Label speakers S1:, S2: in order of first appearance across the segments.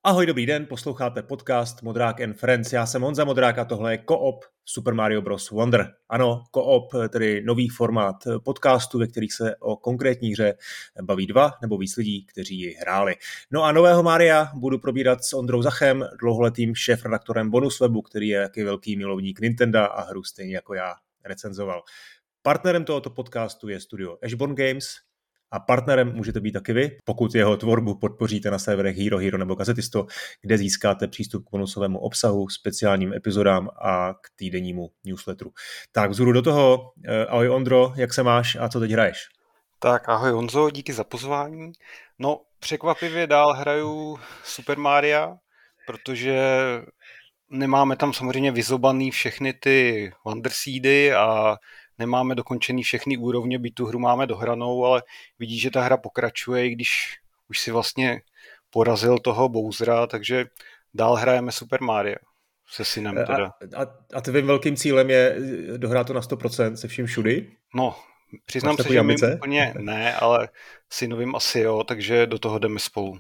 S1: Ahoj, dobrý den, posloucháte podcast Modrák and Friends. Já jsem Honza Modrák a tohle je Co-op Super Mario Bros. Wonder. Ano, Co-op, tedy nový formát podcastu, ve kterých se o konkrétní hře baví dva nebo víc lidí, kteří ji hráli. No a nového Mária budu probírat s Ondrou Zachem, dlouholetým šéfredaktorem Bonuswebu, který je jaký velký milovník Nintendo a hru stejně jako já recenzoval. Partnerem tohoto podcastu je studio Ashborn Games, a partnerem můžete být taky vy, pokud jeho tvorbu podpoříte na serverech Hero Hero nebo Gazetisto, kde získáte přístup k bonusovému obsahu, speciálním epizodám a k týdennímu newsletteru. Tak vzhůru do toho. Ahoj Ondro, jak se máš a co teď hraješ?
S2: Tak ahoj Honzo, díky za pozvání. No překvapivě dál hraju Super Maria, protože nemáme tam samozřejmě vyzobaný všechny ty Wonderseedy a nemáme dokončený všechny úrovně, byť tu hru máme dohranou, ale vidíš, že ta hra pokračuje, i když už si vlastně porazil toho Bowsera, takže dál hrajeme Super Mario se synem teda.
S1: A tvým velkým cílem je dohrát to na 100% se vším všudy?
S2: No, přiznám se, že my úplně ne, ale synovým asi jo, takže do toho jdeme spolu.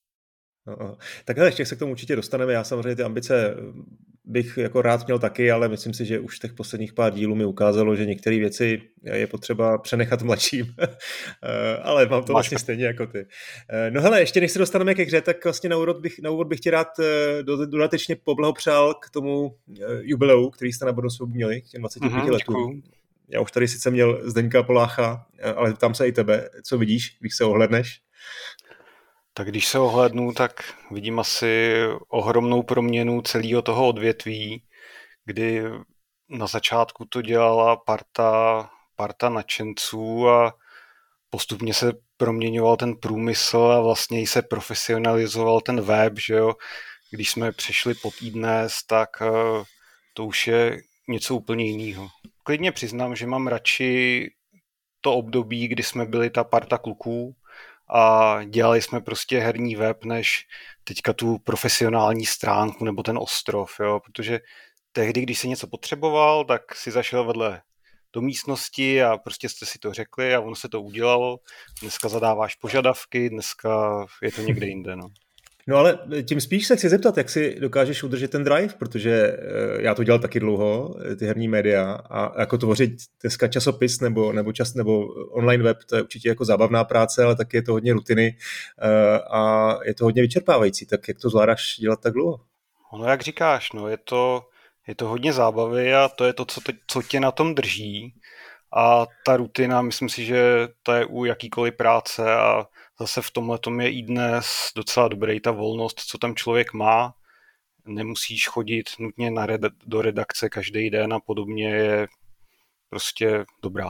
S1: Tak hele, ještě se k tomu určitě dostaneme. Já samozřejmě ty ambice bych jako rád měl taky, ale myslím si, že už těch posledních pár dílů mi ukázalo, že některé věci je potřeba přenechat mladším. Ale mám to vlastně stejně jako ty. No hele, ještě než se dostaneme ke hře, tak vlastně na úvod bych tě rád dodatečně poblahopřál k tomu jubileu, který jste na Bonuswebu měli, k těm 25 letům. Já už tady sice měl Zdeňka Polácha, ale tam se i tebe. Co vidíš, když se ohledneš?
S2: Tak když se ohlédnu, tak vidím asi ohromnou proměnu celého toho odvětví, kdy na začátku to dělala parta nadšenců a postupně se proměňoval ten průmysl a vlastně i se profesionalizoval ten web, že jo. Když jsme přešli pod iDnes, tak to už je něco úplně jiného. Klidně přiznám, že mám radši to období, kdy jsme byli ta parta kluků a dělali jsme prostě herní web, než teďka tu profesionální stránku nebo ten ostrov, jo, protože tehdy, když si něco potřeboval, tak si zašel vedle do místnosti a prostě jste si to řekli a ono se to udělalo. Dneska zadáváš požadavky, dneska je to někde jinde, no.
S1: No ale tím spíš se chci zeptat, jak si dokážeš udržet ten drive, protože já to dělal taky dlouho, ty herní média, a jako tvořit dneska časopis nebo online web, to je určitě jako zábavná práce, ale taky je to hodně rutiny a je to hodně vyčerpávající, tak jak to zvládáš dělat tak dlouho?
S2: No jak říkáš, no je to hodně zábavy a to je to, co tě na tom drží a ta rutina, myslím si, že to je u jakýkoliv práce a zase v tomhletom je i dnes docela dobrý ta volnost, co tam člověk má. Nemusíš chodit nutně do redakce každý den a podobně, je prostě dobrá.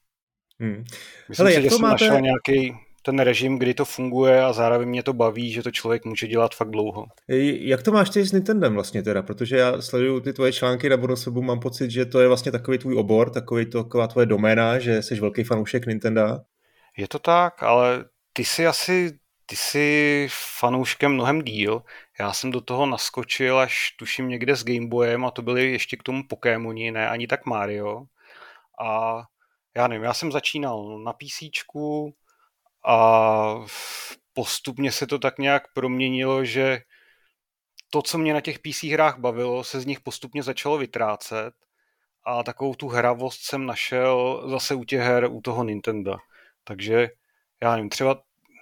S2: Myslím si, že jsem našel nějaký ten režim, kdy to funguje a zároveň mě to baví, že to člověk může dělat fakt dlouho.
S1: Jak to máš ty s Nintendem vlastně teda? Protože já sleduju ty tvoje články na Bonuswebu, mám pocit, že to je vlastně takový tvůj obor, taková tvoje doména, že jsi velký fanoušek Nintenda.
S2: Je to tak, ale ty jsi fanouškem mnohem díl. Já jsem do toho naskočil až tuším někde s Game Boyem a to byly ještě k tomu Pokémoni, ne ani tak Mario. A já nevím, já jsem začínal na PCčku a postupně se to tak nějak proměnilo, že to, co mě na těch PC hrách bavilo, se z nich postupně začalo vytrácet a takovou tu hravost jsem našel zase u těch her, u toho Nintendo. Takže já nevím, třeba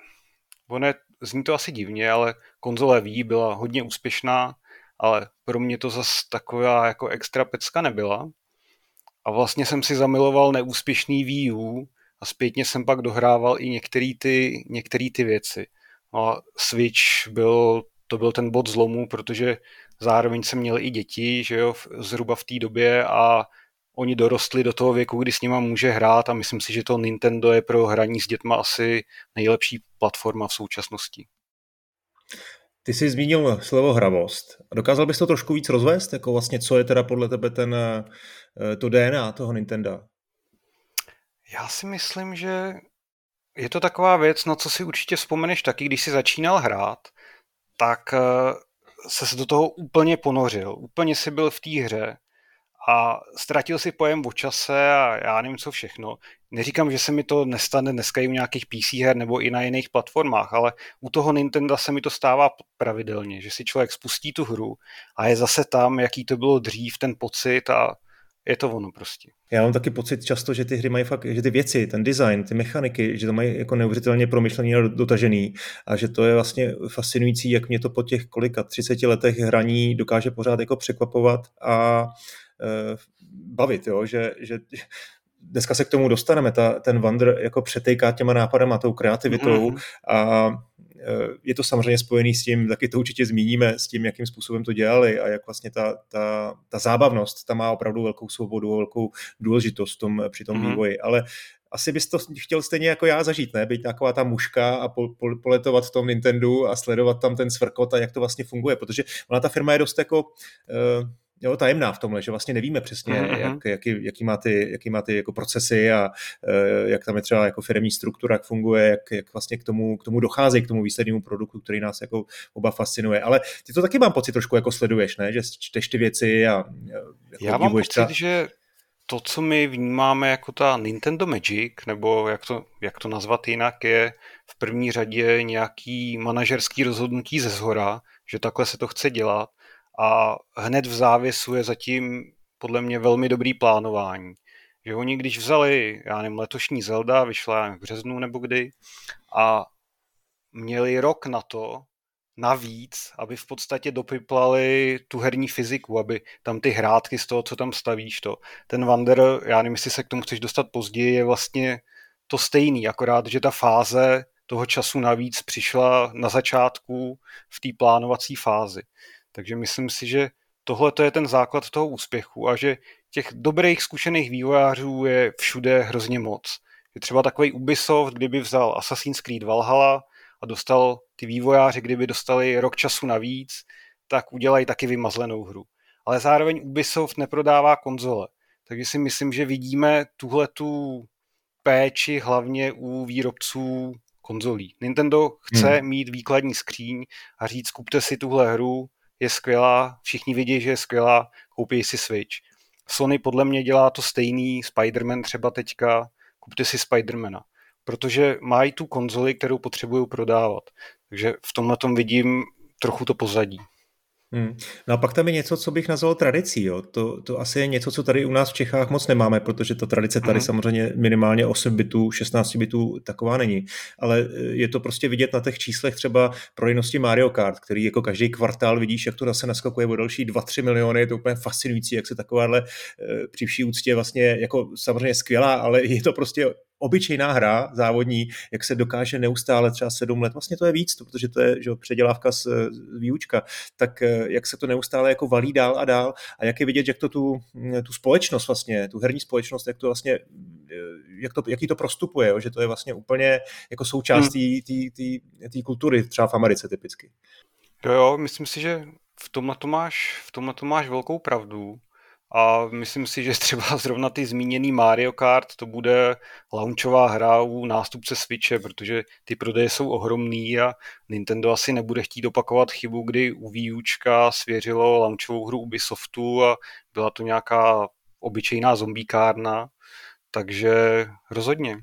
S2: zní to asi divně, ale konzole Wii byla hodně úspěšná, ale pro mě to zase taková jako extra pecka nebyla. A vlastně jsem si zamiloval neúspěšný Wii U a zpětně jsem pak dohrával i některé ty věci. No a Switch byl ten bod zlomu, protože zároveň jsem měl i děti, že jo, zhruba v té době a oni dorostli do toho věku, kdy s nima může hrát a myslím si, že to Nintendo je pro hraní s dětma asi nejlepší platforma v současnosti.
S1: Ty jsi zmínil slovo hravost. Dokázal bys to trošku víc rozvést? Jako vlastně, co je teda podle tebe to DNA toho Nintendo?
S2: Já si myslím, že je to taková věc, na co si určitě vzpomeneš taky, když jsi začínal hrát, tak se do toho úplně ponořil. Úplně si byl v té hře a ztratil si pojem o čase a já nevím co všechno. Neříkám, že se mi to nestane dneska i u nějakých PC her nebo i na jiných platformách, ale u toho Nintendo se mi to stává pravidelně, že si člověk spustí tu hru a je zase tam, jaký to bylo dřív, ten pocit a je to ono prostě.
S1: Já mám taky pocit často, že ty hry mají fakt, že ty věci, ten design, ty mechaniky, že to mají jako neuvěřitelně promyšlený a dotažený a že to je vlastně fascinující, jak mě to po těch 30 letech hraní dokáže pořád jako překvapovat a bavit, jo? Že dneska se k tomu dostaneme, ten Wander jako přetejká těma nápadama, tou kreativitou a je to samozřejmě spojený s tím, taky to určitě zmíníme, s tím, jakým způsobem to dělali a jak vlastně ta zábavnost, ta má opravdu velkou svobodu, velkou důležitost při tom vývoji, ale asi bys to chtěl stejně jako já zažít, ne? Být taková ta muška a poletovat v tom Nintendo a sledovat tam ten svrkot a jak to vlastně funguje, protože ona ta firma je dost jako tajemná v tomhle, že vlastně nevíme přesně, jaký má ty jako procesy a jak tam je třeba jako firemní struktura, jak funguje, jak vlastně k tomu dochází, k tomu výslednému produktu, který nás jako oba fascinuje. Ale ty to taky mám pocit trošku jako sleduješ, ne? Že čteš ty věci a jako
S2: já mám pocit, že to, co my vnímáme jako ta Nintendo Magic, nebo jak to nazvat jinak, je v první řadě nějaký manažerský rozhodnutí ze zhora, že takhle se to chce dělat. A hned v závěsu je zatím podle mě velmi dobrý plánování. Že oni, když vzali, já nevím, letošní Zelda, vyšla v březnu nebo kdy, a měli rok na to, navíc, aby v podstatě dopiplali tu herní fyziku, aby tam ty hrátky z toho, co tam stavíš, ten Wander, já nevím, jestli se k tomu chceš dostat později, je vlastně to stejný, akorát, že ta fáze toho času navíc přišla na začátku v té plánovací fázi. Takže myslím si, že tohle je ten základ toho úspěchu a že těch dobrých zkušených vývojářů je všude hrozně moc. Je třeba takový Ubisoft, kdyby vzal Assassin's Creed Valhalla a dostal ty vývojáři, kdyby dostali rok času navíc, tak udělají taky vymazlenou hru. Ale zároveň Ubisoft neprodává konzole. Takže si myslím, že vidíme tuhletu péči hlavně u výrobců konzolí. Nintendo chce mít výkladní skříň a říct, kupte si tuhle hru, je skvělá, všichni vidí, že je skvělá, koupí si Switch. Sony podle mě dělá to stejný, Spider-Man třeba teďka, kupte si Spider-Mana, protože mají tu konzoli, kterou potřebují prodávat. Takže v tomhletom vidím trochu to pozadí.
S1: No a pak tam je něco, co bych nazval tradicí. Jo. To asi je něco, co tady u nás v Čechách moc nemáme, protože ta tradice tady samozřejmě minimálně 8 bitů, 16 bitů taková není. Ale je to prostě vidět na těch číslech třeba prodejnosti Mario Kart, který jako každý kvartál vidíš, jak to zase naskakuje o další 2-3 miliony. Je to úplně fascinující, jak se takováhle při vší úctě vlastně jako samozřejmě skvělá, ale je to prostě obyčejná hra závodní, jak se dokáže neustále třeba 7 let, vlastně to je víc, protože to je že, předělávka z výučka, tak jak se to neustále jako valí dál a dál a jak je vidět, jak to tu společnost vlastně, tu herní společnost, jak to vlastně, jaký to prostupuje, jo? Že to je vlastně úplně jako součást té kultury, třeba v Americe typicky.
S2: Jo, myslím si, že v tomhle to máš velkou pravdu. A myslím si, že třeba zrovna ty zmíněný Mario Kart to bude launchová hra u nástupce Switche, protože ty prodeje jsou ohromný a Nintendo asi nebude chtít opakovat chybu, kdy u Wii Učka svěřilo launchovou hru Ubisoftu a byla to nějaká obyčejná zombíkárna, takže rozhodně.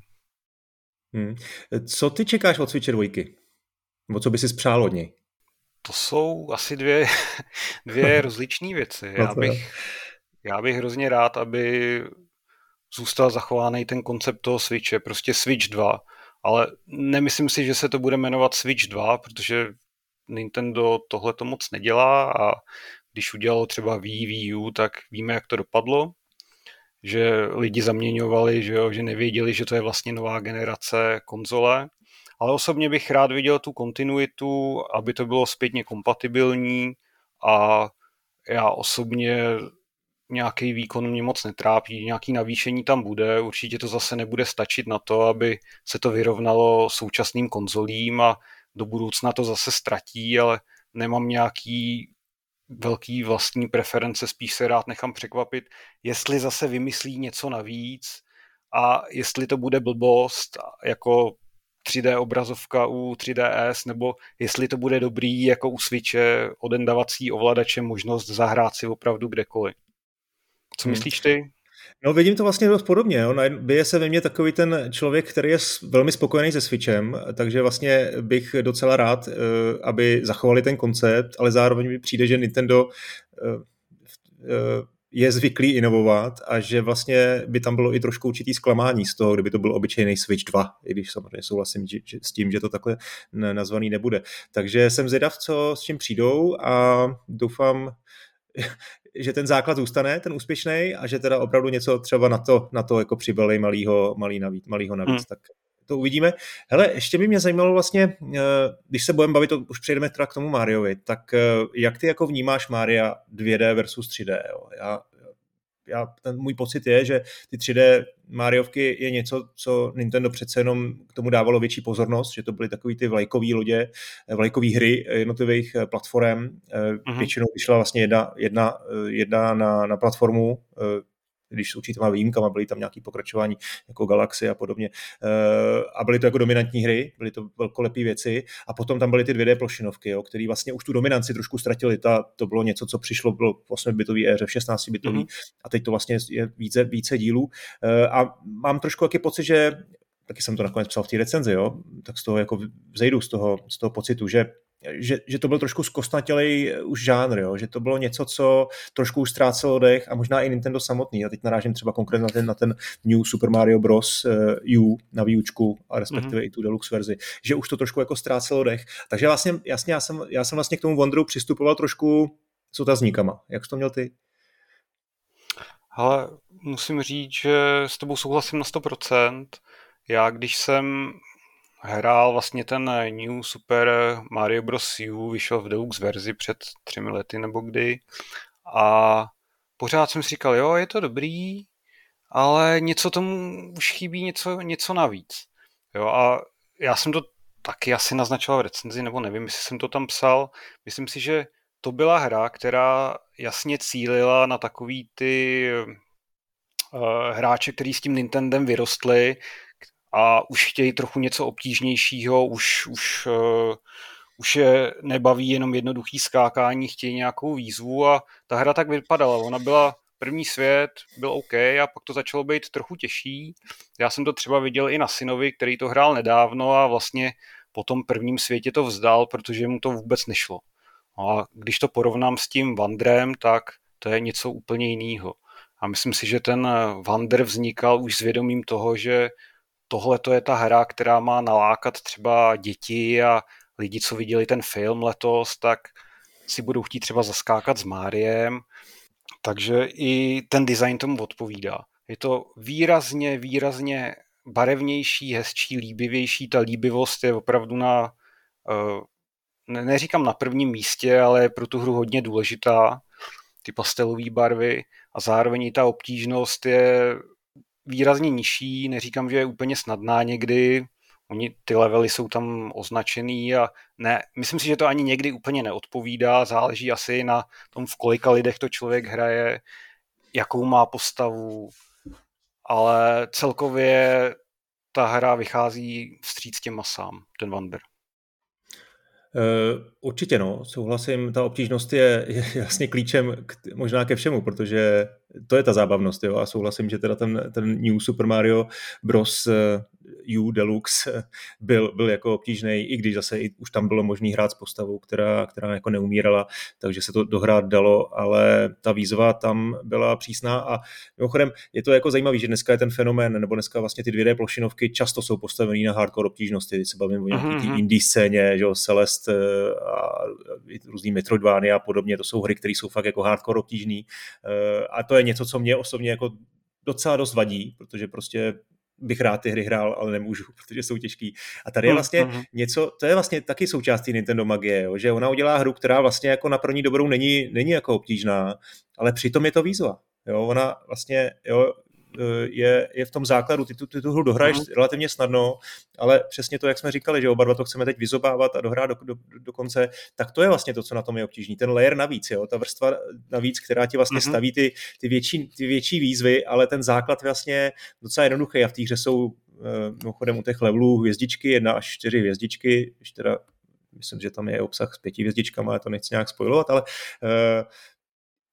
S1: Co ty čekáš od Switche 2? Nebo co by si spřál od něj?
S2: To jsou asi dvě rozličné věci. Já bych hrozně rád, aby zůstal zachovaný ten koncept toho Switche, prostě Switch 2, ale nemyslím si, že se to bude jmenovat Switch 2, protože Nintendo tohle to moc nedělá a když udělalo třeba Wii U, tak víme, jak to dopadlo, že lidi zaměňovali, že nevěděli, že to je vlastně nová generace konzole, ale osobně bych rád viděl tu kontinuitu, aby to bylo zpětně kompatibilní a já osobně nějaký výkon mě moc netrápí, nějaký navýšení tam bude, určitě to zase nebude stačit na to, aby se to vyrovnalo současným konzolím a do budoucna to zase ztratí, ale nemám nějaký velký vlastní preference, spíš se rád nechám překvapit, jestli zase vymyslí něco navíc a jestli to bude blbost jako 3D obrazovka u 3DS, nebo jestli to bude dobrý jako u Switche odendavací ovladače možnost zahrát si opravdu kdekoliv. Co myslíš ty?
S1: No vidím to vlastně dost podobně. Jo. Bije se ve mně takový ten člověk, který je velmi spokojený se Switchem, takže vlastně bych docela rád, aby zachovali ten koncept, ale zároveň mi přijde, že Nintendo je zvyklý inovovat a že vlastně by tam bylo i trošku určitý zklamání z toho, kdyby to byl obyčejný Switch 2, i když samozřejmě souhlasím s tím, že to takhle nazvaný nebude. Takže jsem zvědav, s čím přijdou a doufám, že ten základ zůstane, ten úspěšný, a že teda opravdu něco třeba na to jako přibalej malýho navíc. Tak to uvidíme. Hele, ještě by mě zajímalo vlastně, když se budeme bavit, už přejdeme teda k tomu Mariovi, tak jak ty jako vnímáš Maria 2D versus 3D? Jo? Ten můj pocit je, že ty 3D Mariovky je něco, co Nintendo přece jenom k tomu dávalo větší pozornost, že to byly takový ty vlajkový lodě, vlajkový hry jednotlivých platform. Většinou vyšla vlastně jedna na platformu, když s určitýma výjimkama, byly tam nějaké pokračování jako Galaxy a podobně. A byly to jako dominantní hry, byly to velkolepé věci a potom tam byly ty 2D plošinovky, které vlastně už tu dominanci trošku ztratily. To bylo něco, co přišlo, bylo vlastně v bitové éře, v 16-bitový a teď to vlastně je více dílů. A mám trošku jaký pocit, že taky jsem to nakonec psal v té recenzi, jo? Tak z toho jako vzejdu z toho pocitu, že to byl trošku zkostnatělej už žánr, jo? Že to bylo něco, co trošku už ztrácelo dech a možná i Nintendo samotný. A teď narážím třeba konkrétně na ten New Super Mario Bros. U na výučku a respektive i tu deluxe verzi, že už to trošku jako ztrácelo dech. Takže vlastně, jasně, já jsem vlastně k tomu Wonderu přistupoval trošku s otazníkama. Jak jsi to měl ty?
S2: Ale musím říct, že s tebou souhlasím na 100%. Já když jsem hrál vlastně ten New Super Mario Bros. U, vyšel v deluxe verzi před 3 lety nebo kdy, a pořád jsem si říkal, jo, je to dobrý, ale něco tomu už chybí, něco navíc. Jo, a já jsem to taky asi naznačoval v recenzi, nebo nevím, jestli jsem to tam psal. Myslím si, že to byla hra, která jasně cílila na takový ty hráče, kteří s tím Nintendem vyrostli a už chtějí trochu něco obtížnějšího, už je nebaví jenom jednoduchý skákání, chtějí nějakou výzvu, a ta hra tak vypadala. Ona byla první svět, byl OK a pak to začalo být trochu těžší. Já jsem to třeba viděl i na synovi, který to hrál nedávno a vlastně po tom prvním světě to vzdal, protože mu to vůbec nešlo. A když to porovnám s tím Wanderem, tak to je něco úplně jiného. A myslím si, že ten Wander vznikal už s vědomím toho, že tohle to je ta hra, která má nalákat třeba děti a lidi, co viděli ten film letos, tak si budou chtít třeba zaskákat s Máriem. Takže i ten design tomu odpovídá. Je to výrazně barevnější, hezčí, líbivější. Ta líbivost je opravdu neříkám na prvním místě, ale je pro tu hru hodně důležitá. Ty pastelové barvy a zároveň i ta obtížnost je výrazně nižší, neříkám, že je úplně snadná někdy, ty levely jsou tam označený a ne, myslím si, že to ani někdy úplně neodpovídá, záleží asi na tom, v kolika lidech to člověk hraje, jakou má postavu, ale celkově ta hra vychází vstříc těm masám, ten Wander.
S1: Určitě souhlasím, ta obtížnost je jasně klíčem možná ke všemu, protože to je ta zábavnost, jo, a souhlasím, že teda ten New Super Mario Bros. U Deluxe byl jako obtížnej, i když zase už tam bylo možný hrát s postavou, která jako neumírala, takže se to dohrát dalo, ale ta výzva tam byla přísná a mimochodem je to jako zajímavý, že dneska je ten fenomén, nebo dneska vlastně ty 2D plošinovky často jsou postavený na hardcore obtížnosti, teď se bavím o nějaký té indie scéně, že jo, Celeste a různý Metroidvania a podobně, to jsou hry, které jsou fakt jako hardcore obtížný a to je něco, co mě osobně jako docela dost vadí, protože prostě bych rád ty hry hrál, ale nemůžu, protože jsou těžký. A tady je vlastně něco, to je vlastně taky součástí Nintendo magie, jo, že ona udělá hru, která vlastně jako na první dobrou není jako obtížná, ale přitom je to výzva. Jo, ona vlastně, jo, je v tom základu, ty tu hru dohraješ relativně snadno, ale přesně to, jak jsme říkali, že oba dva to chceme teď vyzobávat a dohrát do konce, tak to je vlastně to, co na tom je obtížný. Ten layer navíc, jo, ta vrstva navíc, která ti vlastně staví ty větší výzvy, ale ten základ vlastně docela jednoduchý a v té hře jsou mimochodem u těch levelů hvězdičky, 1 až 4 hvězdičky, když teda myslím, že tam je obsah s 5 hvězdičkama, ale to nechci nějak spojovat, ale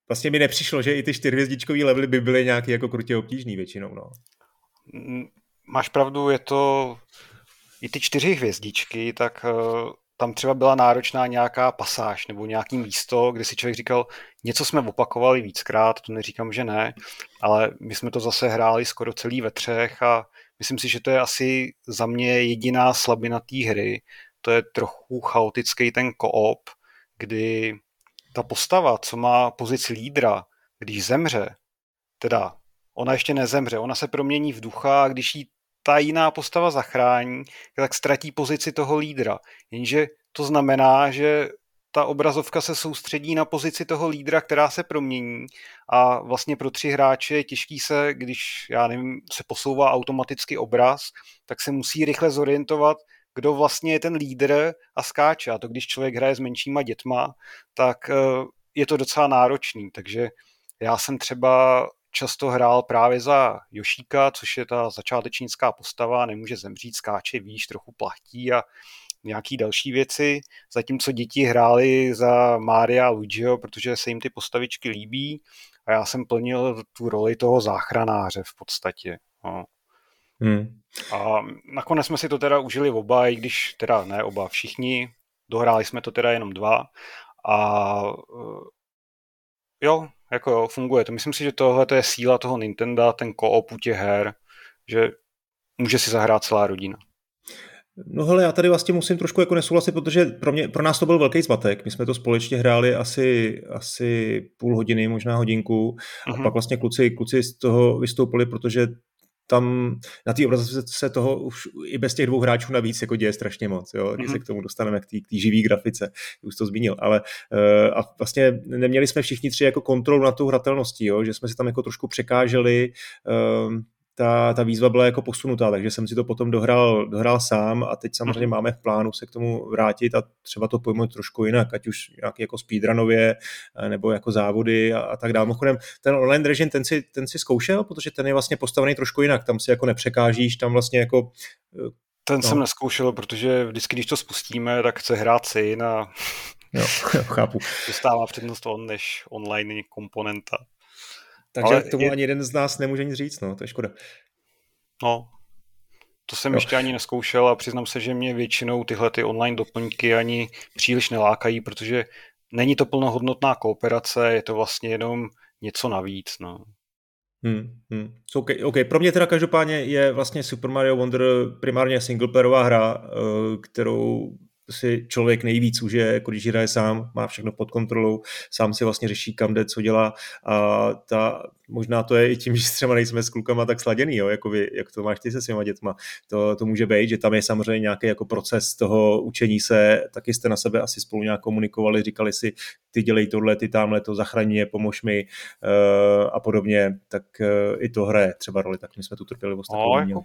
S1: vlastně mi nepřišlo, že i ty 4hvězdičkový levely by byly nějaký jako krutě obtížný většinou, no.
S2: Máš pravdu, je to i ty 4 hvězdičky, tak tam třeba byla náročná nějaká pasáž nebo nějaký místo, kde si člověk říkal, něco jsme opakovali víckrát, to neříkám, že ne, ale my jsme to zase hráli skoro celý ve 3 a myslím si, že to je asi za mě jediná slabina té hry, to je trochu chaotický ten co-op, kdy ta postava, co má pozici lídra, když zemře, teda ona ještě nezemře, ona se promění v ducha a když jí ta jiná postava zachrání, tak ztratí pozici toho lídra. Jenže to znamená, že ta obrazovka se soustředí na pozici toho lídra, která se promění a vlastně pro 3 hráče je těžký se, když, já nevím, se posouvá automaticky obraz, tak se musí rychle zorientovat, kdo vlastně je ten lídr a skáče. A to když člověk hraje s menšíma dětma, tak je to docela náročný. Takže já jsem třeba často hrál právě za Yoshika, což je ta začátečnická postava, nemůže zemřít, skáče výš, trochu plachtí a nějaký další věci, zatímco děti hrály za Mária a Luigiho, protože se jim ty postavičky líbí a já jsem plnil tu roli toho záchranáře v podstatě. No. A nakonec jsme si to teda užili oba, i když teda ne oba, všichni, dohráli jsme to teda jenom 2 a jo, jako jo, funguje to. Myslím si, že tohle je síla toho Nintendo, ten co-op u těch her, že může si zahrát celá rodina.
S1: No hele, já tady vlastně musím trošku jako nesouhlasit, protože pro nás to byl velký zmatek. My jsme to společně hráli asi půl hodiny, možná hodinku a pak vlastně kluci z toho vystoupili, protože tam na té obrazovce se toho už i bez těch 2 hráčů navíc jako děje strašně moc, jo, když se k tomu dostaneme k té živý grafice, už to zmínil, ale a vlastně neměli jsme všichni 3 jako kontrolu nad tou hratelností, jo, že jsme si tam jako trošku překáželi, ta výzva byla jako posunutá, takže jsem si to potom dohrál sám a teď samozřejmě máme v plánu se k tomu vrátit a třeba to pojmout trošku jinak, ať už nějaký jako speedrunově nebo jako závody a tak dále. Mimochodem, ten online režim, ten si zkoušel, protože ten je vlastně postavený trošku jinak, tam si jako nepřekážíš, tam vlastně jako...
S2: Ten jsem neskoušel, protože vždycky, když to spustíme, tak chce hrát syn a
S1: jo, chápu.
S2: Dostává přednost on než online komponenta.
S1: Takže ale k tomu ani jeden z nás nemůže nic říct, no, to je škoda.
S2: No, to jsem ještě ani neskoušel a přiznám se, že mě většinou tyhle ty online doplňky ani příliš nelákají, protože není to plnohodnotná kooperace, je to vlastně jenom něco navíc, no.
S1: Okay. Pro mě teda každopádně je vlastně Super Mario Wonder primárně singleplayerová hra, kterou si člověk nejvíc užije, jako když hraje sám, má všechno pod kontrolou, sám si vlastně řeší kam jde, co dělá a možná to je i tím, že třeba nejsme s klukama tak sladěný, jo, jako vy, jak to máš ty se svýma dětma. To může být, že tam je samozřejmě nějaký jako proces toho učení se, taky jste na sebe asi spolu nějak komunikovali, říkali si, ty dělej tohle, ty tamhle to, zachraň mě, pomož mi a podobně, tak i to hraje třeba roli, tak my jsme tu trpělivost takovou měli.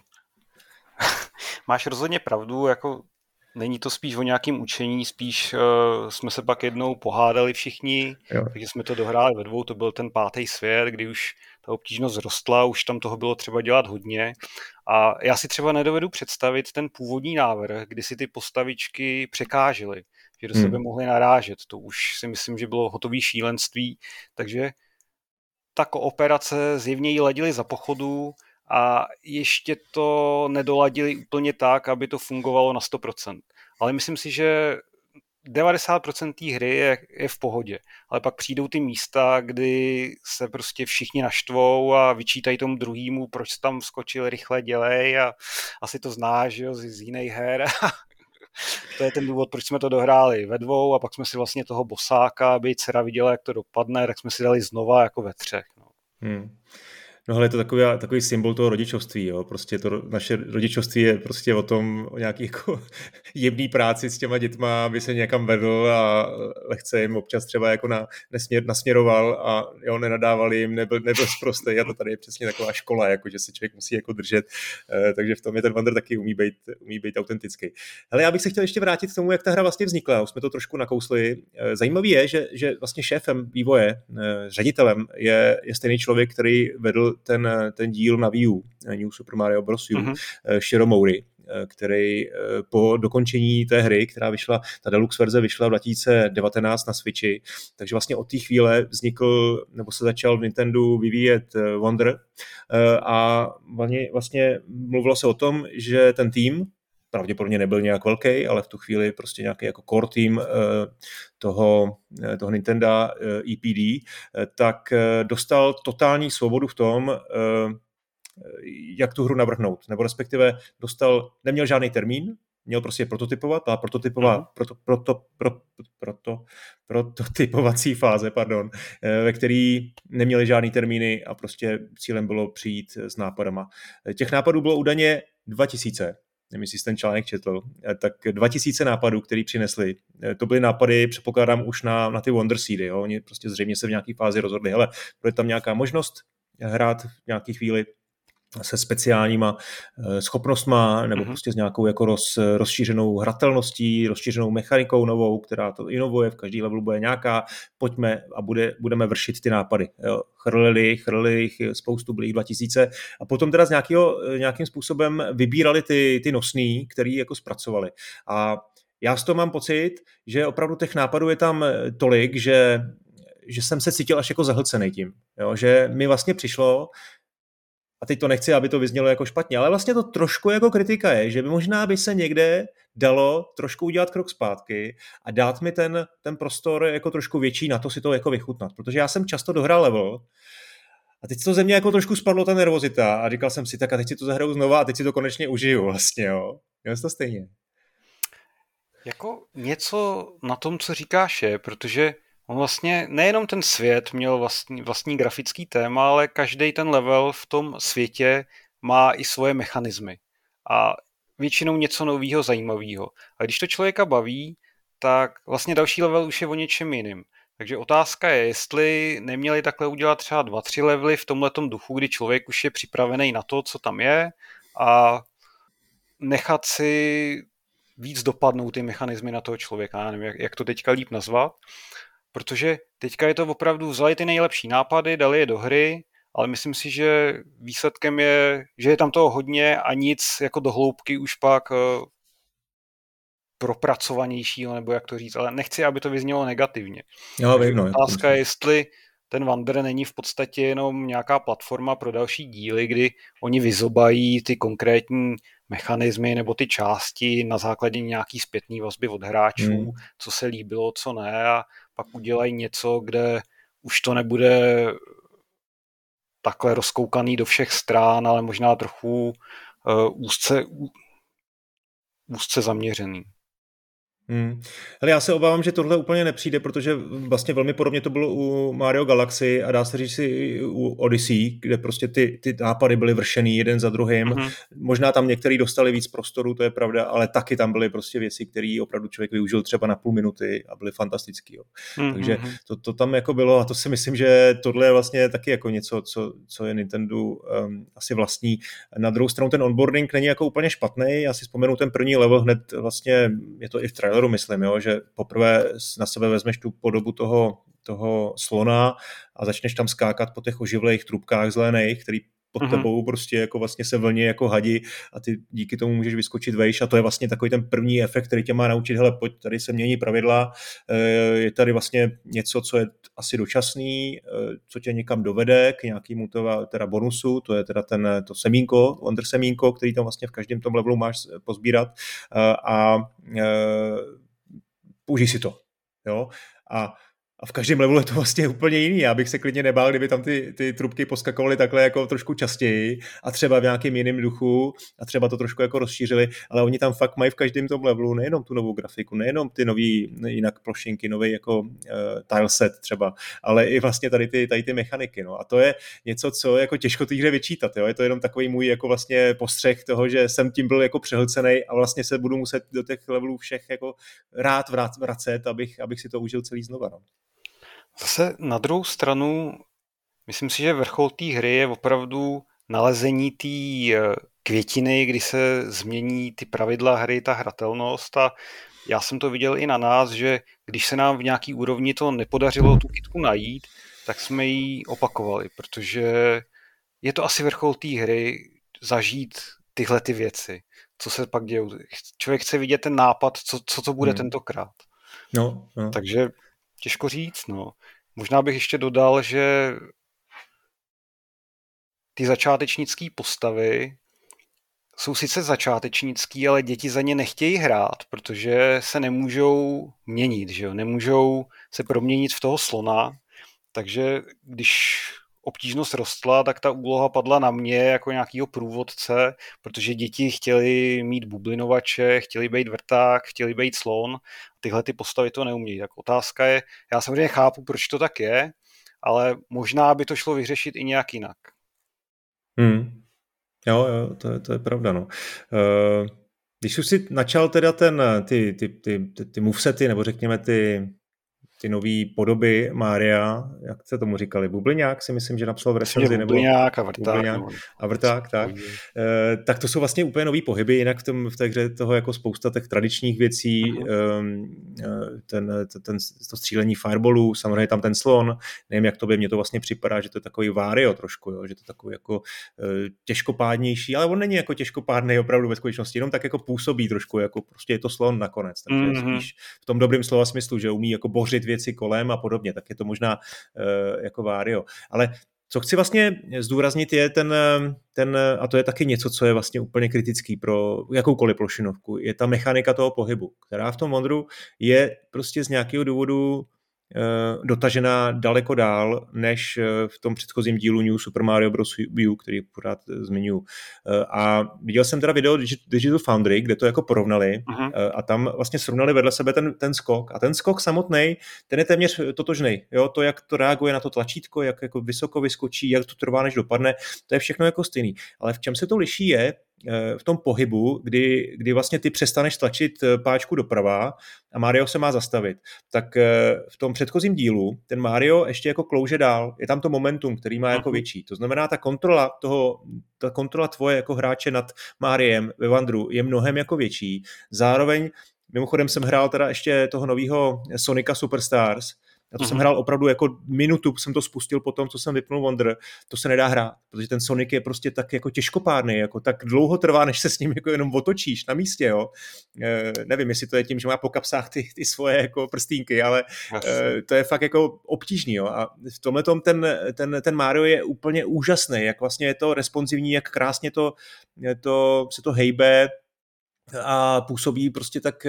S2: Máš rozhodně pravdu, jako není to spíš o nějakém učení, spíš jsme se pak jednou pohádali všichni, takže jsme to dohráli ve 2, to byl ten 5. svět, kdy už ta obtížnost zrostla, už tam toho bylo třeba dělat hodně a já si třeba nedovedu představit ten původní návrh, kdy si ty postavičky překážely, že do sebe mohly narážet, to už si myslím, že bylo hotový šílenství, takže ta kooperace zjevně jí ladili za pochodu a ještě to nedoladili úplně tak, aby to fungovalo na 100%. Ale myslím si, že 90% té hry je v pohodě. Ale pak přijdou ty místa, kdy se prostě všichni naštvou a vyčítají tomu druhýmu, proč tam skočil rychle, dělej a asi to znáš, jo, z jiných her. To je ten důvod, proč jsme to dohráli ve 2 a pak jsme si vlastně toho bosáka, aby dcera viděla, jak to dopadne, tak jsme si dali znova jako ve 3. No.
S1: No ale je to takový symbol toho rodičovství, jo. Prostě to naše rodičovství je prostě o tom, o nějaký jako jemný práci s těma dětma, aby se někam vedl a lehce jim občas třeba jako nasměroval a jo, nenadával jim, nebyl sprostej a to tady je přesně taková škola, jako že se člověk musí jako držet, takže v tom je ten Wander taky umí být autentický. Hele, já bych se chtěl ještě vrátit k tomu, jak ta hra vlastně vznikla, už jsme to trošku nakousli. Zajímavý je, že vlastně šéfem vývoje, ředitelem je stejný člověk, který vedl ten díl na Wii U, New Super Mario Bros. U, Shiro Mori. který po dokončení té hry, která vyšla, ta deluxe verze vyšla v 2019 na Switchi, takže vlastně od té chvíle vznikl, nebo se začal v Nintendo vyvíjet Wonder a vlastně mluvilo se o tom, že ten tým, pravděpodobně nebyl nějak velký, ale v tu chvíli prostě nějaký jako core tým toho Nintendo EPD, tak dostal totální svobodu v tom, jak tu hru navrhnout, nebo respektive neměl žádný termín, měl prostě prototypovat, a prototypovací fáze, ve který neměli žádný termíny a prostě cílem bylo přijít s nápadama. Těch nápadů bylo údajně 2000, nevím, jestli jsi ten článek četl, tak 2000 nápadů, který přinesli. To byly nápady, předpokládám, už na ty Wonder Seedy, jo? Oni prostě zřejmě se v nějaké fázi rozhodli, hele, bude tam nějaká možnost hrát v nějaké chvíli se speciálníma schopnostma nebo prostě s nějakou jako rozšířenou hratelností, rozšířenou mechanikou novou, která to inovuje, v každý levelu bude nějaká, pojďme a budeme vršit ty nápady. Jo. Chrlili jich spoustu, byly 2000 a potom teda nějakým způsobem vybírali ty nosný, který jako zpracovali. A já z toho mám pocit, že opravdu těch nápadů je tam tolik, že jsem se cítil až jako zahlcený tím. Jo. Že mi vlastně přišlo, a teď to nechci, aby to vyznělo jako špatně, ale vlastně to trošku jako kritika je, že možná by se někde dalo trošku udělat krok zpátky a dát mi ten prostor jako trošku větší na to si to jako vychutnat. Protože já jsem často dohrál level a teď to ze mě jako trošku spadlo ta nervozita a říkal jsem si, tak a teď si to zahraju znova a teď si to konečně užiju vlastně, jo. Měl jsi to stejně.
S2: Jako něco na tom, co říkáš je, protože on vlastně nejenom ten svět měl vlastní grafický téma, ale každý ten level v tom světě má i svoje mechanismy. A většinou něco nového, zajímavého. A když to člověka baví, tak vlastně další level už je o něčem jiným. Takže otázka je, jestli neměli takhle udělat třeba 2-3 levely v tomhletom duchu, kdy člověk už je připravený na to, co tam je a nechat si víc dopadnout ty mechanismy na toho člověka. Já nevím, jak to teďka líp nazvat. Protože teďka je to opravdu, vzali ty nejlepší nápady, dali je do hry, ale myslím si, že výsledkem je, že je tam toho hodně a nic jako do hloubky už pak propracovanějšího, nebo jak to říct, ale nechci, aby to vyznělo negativně. Otázka je, jestli ten Wander není v podstatě jenom nějaká platforma pro další díly, kdy oni vyzobají ty konkrétní mechanismy nebo ty části na základě nějaký zpětný vazby od hráčů, co se líbilo, co ne, a pak udělají něco, kde už to nebude takhle rozkoukaný do všech stran, ale možná trochu úzce zaměřený.
S1: Hele, já se obávám, že tohle úplně nepřijde, protože vlastně velmi podobně to bylo u Mario Galaxy a dá se říct si u Odyssey, kde prostě ty nápady byly vršený jeden za druhým. Možná tam některý dostali víc prostoru, to je pravda, ale taky tam byly prostě věci, které opravdu člověk využil třeba na půl minuty a byly fantastický. Jo. Takže to tam jako bylo a to si myslím, že tohle je vlastně taky jako něco, co je Nintendo asi vlastní. Na druhou stranu ten onboarding není jako úplně špatný. Já si vzpomenu ten první level hned vlastně, je to i v traileru, myslím, jo, že poprvé na sebe vezmeš tu podobu toho slona a začneš tam skákat po těch oživlých trubkách zelených, který pod tebou prostě jako vlastně se vlní jako hadi a ty díky tomu můžeš vyskočit vejš a to je vlastně takový ten první efekt, který tě má naučit, hele, pojď, tady se mění pravidla, je tady vlastně něco, co je asi dočasný, co tě někam dovede k nějakému teda bonusu, to je teda to semínko, Wonder semínko, který tam vlastně v každém tom levelu máš pozbírat a použij si to, jo, a v každém levelu je to vlastně úplně jiný. Já bych se klidně nebál, kdyby tam ty trubky poskakovaly takhle jako trošku častěji a třeba v nějakém jiném duchu a třeba to trošku jako rozšířili, ale oni tam fakt mají v každém tom levelu nejenom tu novou grafiku, nejenom ty nový jinak plošinky, nový jako tileset třeba, ale i vlastně tady ty mechaniky. No. A to je něco, co jako těžko té hře vyčítat. Jo. Je to jenom takový můj jako vlastně postřeh toho, že jsem tím byl jako přehlcenej a vlastně se budu muset do těch levelů všech jako rád vracet, abych si to užil celý znova. No.
S2: Zase na druhou stranu, myslím si, že vrchol té hry je opravdu nalezení té květiny, kdy se změní ty pravidla hry, ta hratelnost a já jsem to viděl i na nás, že když se nám v nějaký úrovni to nepodařilo tu kytku najít, tak jsme ji opakovali, protože je to asi vrchol té hry zažít tyhle ty věci. Co se pak děje? Člověk chce vidět ten nápad, co to bude tentokrát.
S1: No.
S2: Takže těžko říct, no. Možná bych ještě dodal, že ty začátečnické postavy jsou sice začátečnický, ale děti za ně nechtějí hrát, protože se nemůžou měnit, že jo? Nemůžou se proměnit v toho slona, takže když obtížnost rostla, tak ta úloha padla na mě jako nějakýho průvodce, protože děti chtěly mít bublinovače, chtěli být vrták, chtěli být slon, tyhle ty postavy to neumějí. Tak otázka je, já samozřejmě chápu, proč to tak je, ale možná by to šlo vyřešit i nějak jinak.
S1: Jo, to je pravda, no. Když už si načal teda ty movesety, nebo řekněme ty nový podoby Mária, jak se tomu říkali, Bubliňák si myslím, že napsal v recenzi, nebo
S2: Bubliňák a vrták.
S1: Bubliňák a vrták, tak. Tak to jsou vlastně úplně nový pohyby, jinak v té hře toho jako spousta těch tradičních věcí, to střílení fireballů, samozřejmě tam ten slon, nevím, jak mně to vlastně připadá, že to je takový Wario trošku, jo, že to je takový jako těžkopádnější, ale on není jako těžkopádnej opravdu ve skutečnosti, jenom tak jako působí trošku, jako prostě je to slon nakonec, takže spíš v tom dobrým slova smyslu, že umí jako bořit věci kolem a podobně, tak je to možná jako Wario. Ale co chci vlastně zdůraznit je a to je taky něco, co je vlastně úplně kritický pro jakoukoliv plošinovku, je ta mechanika toho pohybu, která v tom Wonderu je prostě z nějakého důvodu dotažená daleko dál, než v tom předchozím dílu New Super Mario Bros. U, který pořád zmiňuji. A viděl jsem teda video Digital Foundry, kde to jako porovnali a tam vlastně srovnali vedle sebe ten skok. A ten skok samotný, ten je téměř totožnej. Jo? To, jak to reaguje na to tlačítko, jak jako vysoko vyskočí, jak to trvá, než dopadne, to je všechno jako stejný. Ale v čem se to liší je, v tom pohybu, kdy vlastně ty přestaneš tlačit páčku doprava a Mario se má zastavit. Tak v tom předchozím dílu ten Mario ještě jako klouže dál. Je tam to momentum, který má jako větší. To znamená, ta kontrola tvoje jako hráče nad Mariem ve Wonderu je mnohem jako větší. Zároveň, mimochodem jsem hrál teda ještě toho nového Sonica Superstars. Já to jsem hrál opravdu jako minutu, jsem to spustil po tom, co jsem vypnul Wonder, to se nedá hrát, protože ten Sonic je prostě tak jako těžkopádný, jako tak dlouho trvá, než se s ním jako jenom otočíš na místě, jo. Nevím, jestli to je tím, že má po kapsách ty svoje jako prstínky, ale to je fakt jako obtížný, jo. A v tomhletom ten Mario je úplně úžasný, jak vlastně je to responsivní, jak krásně se to hejbe a působí prostě tak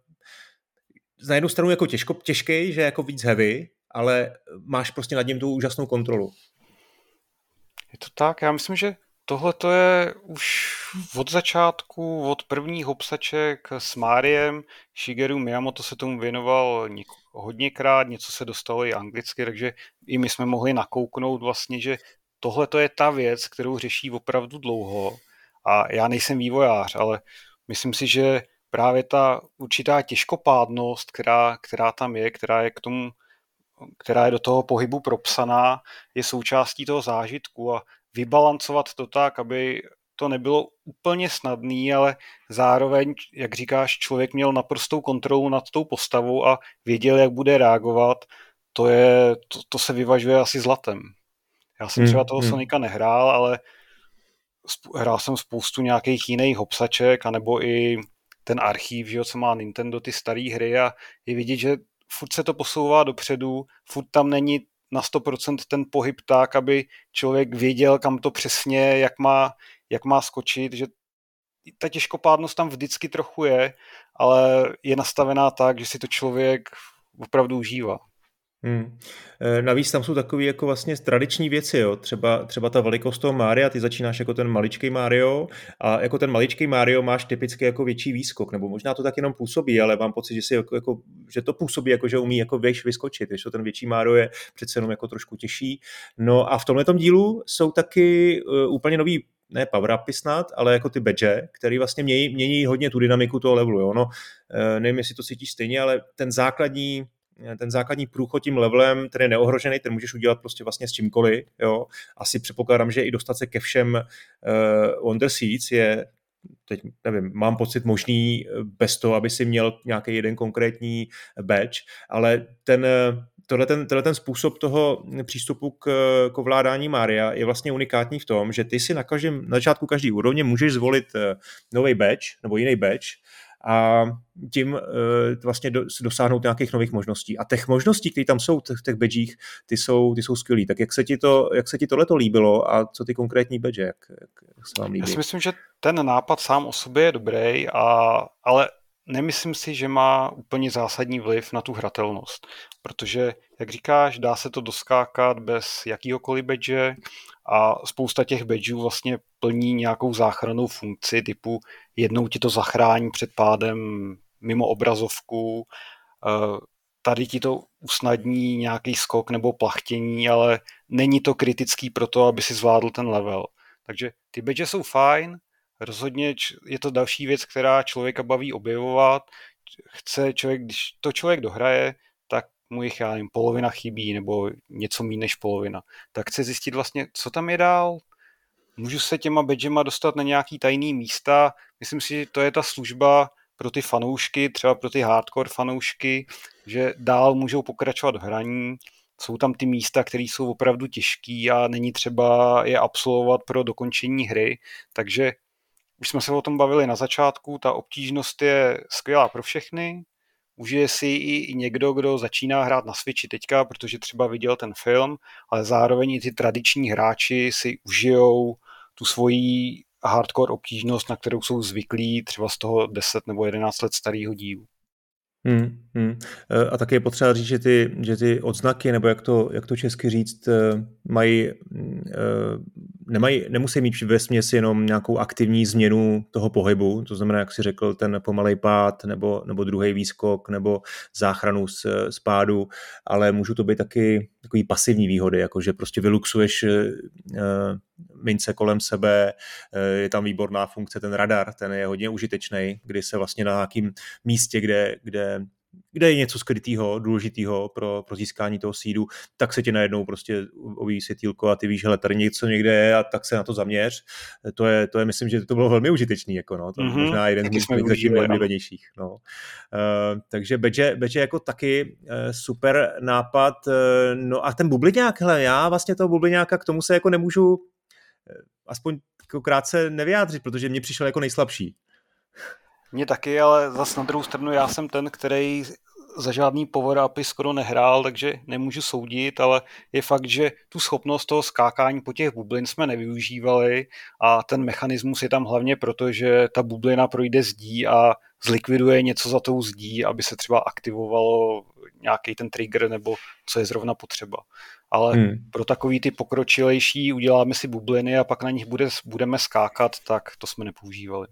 S1: na jednu stranu jako těžký, že jako víc heavy, ale máš prostě nad ním tu úžasnou kontrolu.
S2: Je to tak, já myslím, že tohle to je už od začátku, od prvních hopsaček s Mariem. Shigeru Miyamoto se tomu věnoval hodněkrát, něco se dostalo i anglicky, takže i my jsme mohli nakouknout vlastně, že tohle to je ta věc, kterou řeší opravdu dlouho. A já nejsem vývojář, ale myslím si, že právě ta určitá těžkopádnost, která tam je, která je do toho pohybu propsaná, je součástí toho zážitku a vybalancovat to tak, aby to nebylo úplně snadný, ale zároveň, jak říkáš, člověk měl naprostou kontrolu nad tou postavou a věděl, jak bude reagovat, to se vyvažuje asi zlatem. Já jsem třeba toho Sonika nehrál, ale hrál jsem spoustu nějakých jiných hopsaček, anebo i ten archív, že jo, co má Nintendo, ty staré hry a je vidět, že furt se to posouvá dopředu, furt tam není na 100% ten pohyb tak, aby člověk věděl, kam to přesně, jak má skočit, že ta těžkopádnost tam vždycky trochu je, ale je nastavená tak, že si to člověk opravdu užívá.
S1: Navíc tam jsou takové jako vlastně tradiční věci, jo. Třeba ta velikost toho Mária, ty začínáš jako ten maličký Mario a jako ten maličký Mario máš typicky jako větší výskok, nebo možná to tak jenom působí, ale mám pocit, že že to působí jako, že umí jako vyskočit, že ten větší Mario je přece jenom jako trošku těžší. No a v tomhletom dílu jsou taky úplně nový, ne power-upy snad, ale jako ty badge, který vlastně mění hodně tu dynamiku toho levelu, jo. No, nevím, jestli to cítíš stejně, ale ten základní průchod tím levelem, ten je neohrožený, ten můžeš udělat prostě vlastně s čímkoliv, jo. Asi předpokládám, že i dostat se ke všem Wonder Seeds je, teď nevím, mám pocit možný bez toho, aby si měl nějaký jeden konkrétní badge, ale tenhle ten způsob toho přístupu k ovládání Mária je vlastně unikátní v tom, že ty si na začátku každý úrovně můžeš zvolit nový badge nebo jiný badge a tím vlastně dosáhnout nějakých nových možností. A těch možností, které tam jsou v těch badgích, ty jsou skvělý. Tak jak se ti tohleto líbilo a co ty konkrétní badge, jak se vám líbí?
S2: Já si myslím, že ten nápad sám o sobě je dobrý, ale nemyslím si, že má úplně zásadní vliv na tu hratelnost, protože, jak říkáš, dá se to doskákat bez jakýhokoliv badge a spousta těch badgeů vlastně plní nějakou záchrannou funkci, typu jednou ti to zachrání před pádem mimo obrazovku, tady ti to usnadní nějaký skok nebo plachtění, ale není to kritický pro to, aby si zvládl ten level. Takže ty badge jsou fajn, rozhodně je to další věc, která člověka baví objevovat. Když to člověk dohraje, tak mu jich, já nevím, polovina chybí nebo něco méně než polovina. Tak chce zjistit vlastně, co tam je dál. Můžu se těma badgema dostat na nějaký tajný místa. Myslím si, že to je ta služba pro ty fanoušky, třeba pro ty hardcore fanoušky, že dál můžou pokračovat v hraní. Jsou tam ty místa, které jsou opravdu těžký a není třeba je absolvovat pro dokončení hry, takže už jsme se o tom bavili na začátku, ta obtížnost je skvělá pro všechny, užije si i někdo, kdo začíná hrát na Switchi teďka, protože třeba viděl ten film, ale zároveň i ty tradiční hráči si užijou tu svoji hardcore obtížnost, na kterou jsou zvyklí třeba z toho 10 nebo 11 let starého dílu.
S1: A taky je potřeba říct, že ty odznaky, nebo jak to česky říct, nemusí mít vesměs jenom nějakou aktivní změnu toho pohybu, to znamená, jak si řekl, ten pomalej pád, nebo druhý výskok, nebo záchranu z pádu, ale můžou to být taky takový pasivní výhody, jako že prostě vyluxuješ mince kolem sebe, je tam výborná funkce, ten radar, ten je hodně užitečný, kdy se vlastně na nějakém místě, kde je něco skrytého, důležitého pro získání toho seedu, tak se ti najednou prostě objeví světýlko a ty víš, hele, tady něco někde je a tak se na to zaměř. To je myslím, že to bylo velmi užitečný, jako no, to možná jeden z mých zatím nejoblíbenějších. No. Takže badge jako taky super nápad. No a ten bubliňák, hele, já vlastně toho bubliňáka k tomu se jako nemůžu aspoň jako krátce nevyjádřit, protože mě přišel jako nejslabší.
S2: Mně taky, ale zase na druhou stranu já jsem ten, který za žádný power-upy skoro nehrál, takže nemůžu soudit, ale je fakt, že tu schopnost toho skákání po těch bublin jsme nevyužívali a ten mechanismus je tam hlavně proto, že ta bublina projde zdí a zlikviduje něco za tou zdí, aby se třeba aktivovalo nějaký ten trigger nebo co je zrovna potřeba. Ale pro takový ty pokročilejší uděláme si bubliny a pak na nich budeme skákat, tak to jsme nepoužívali.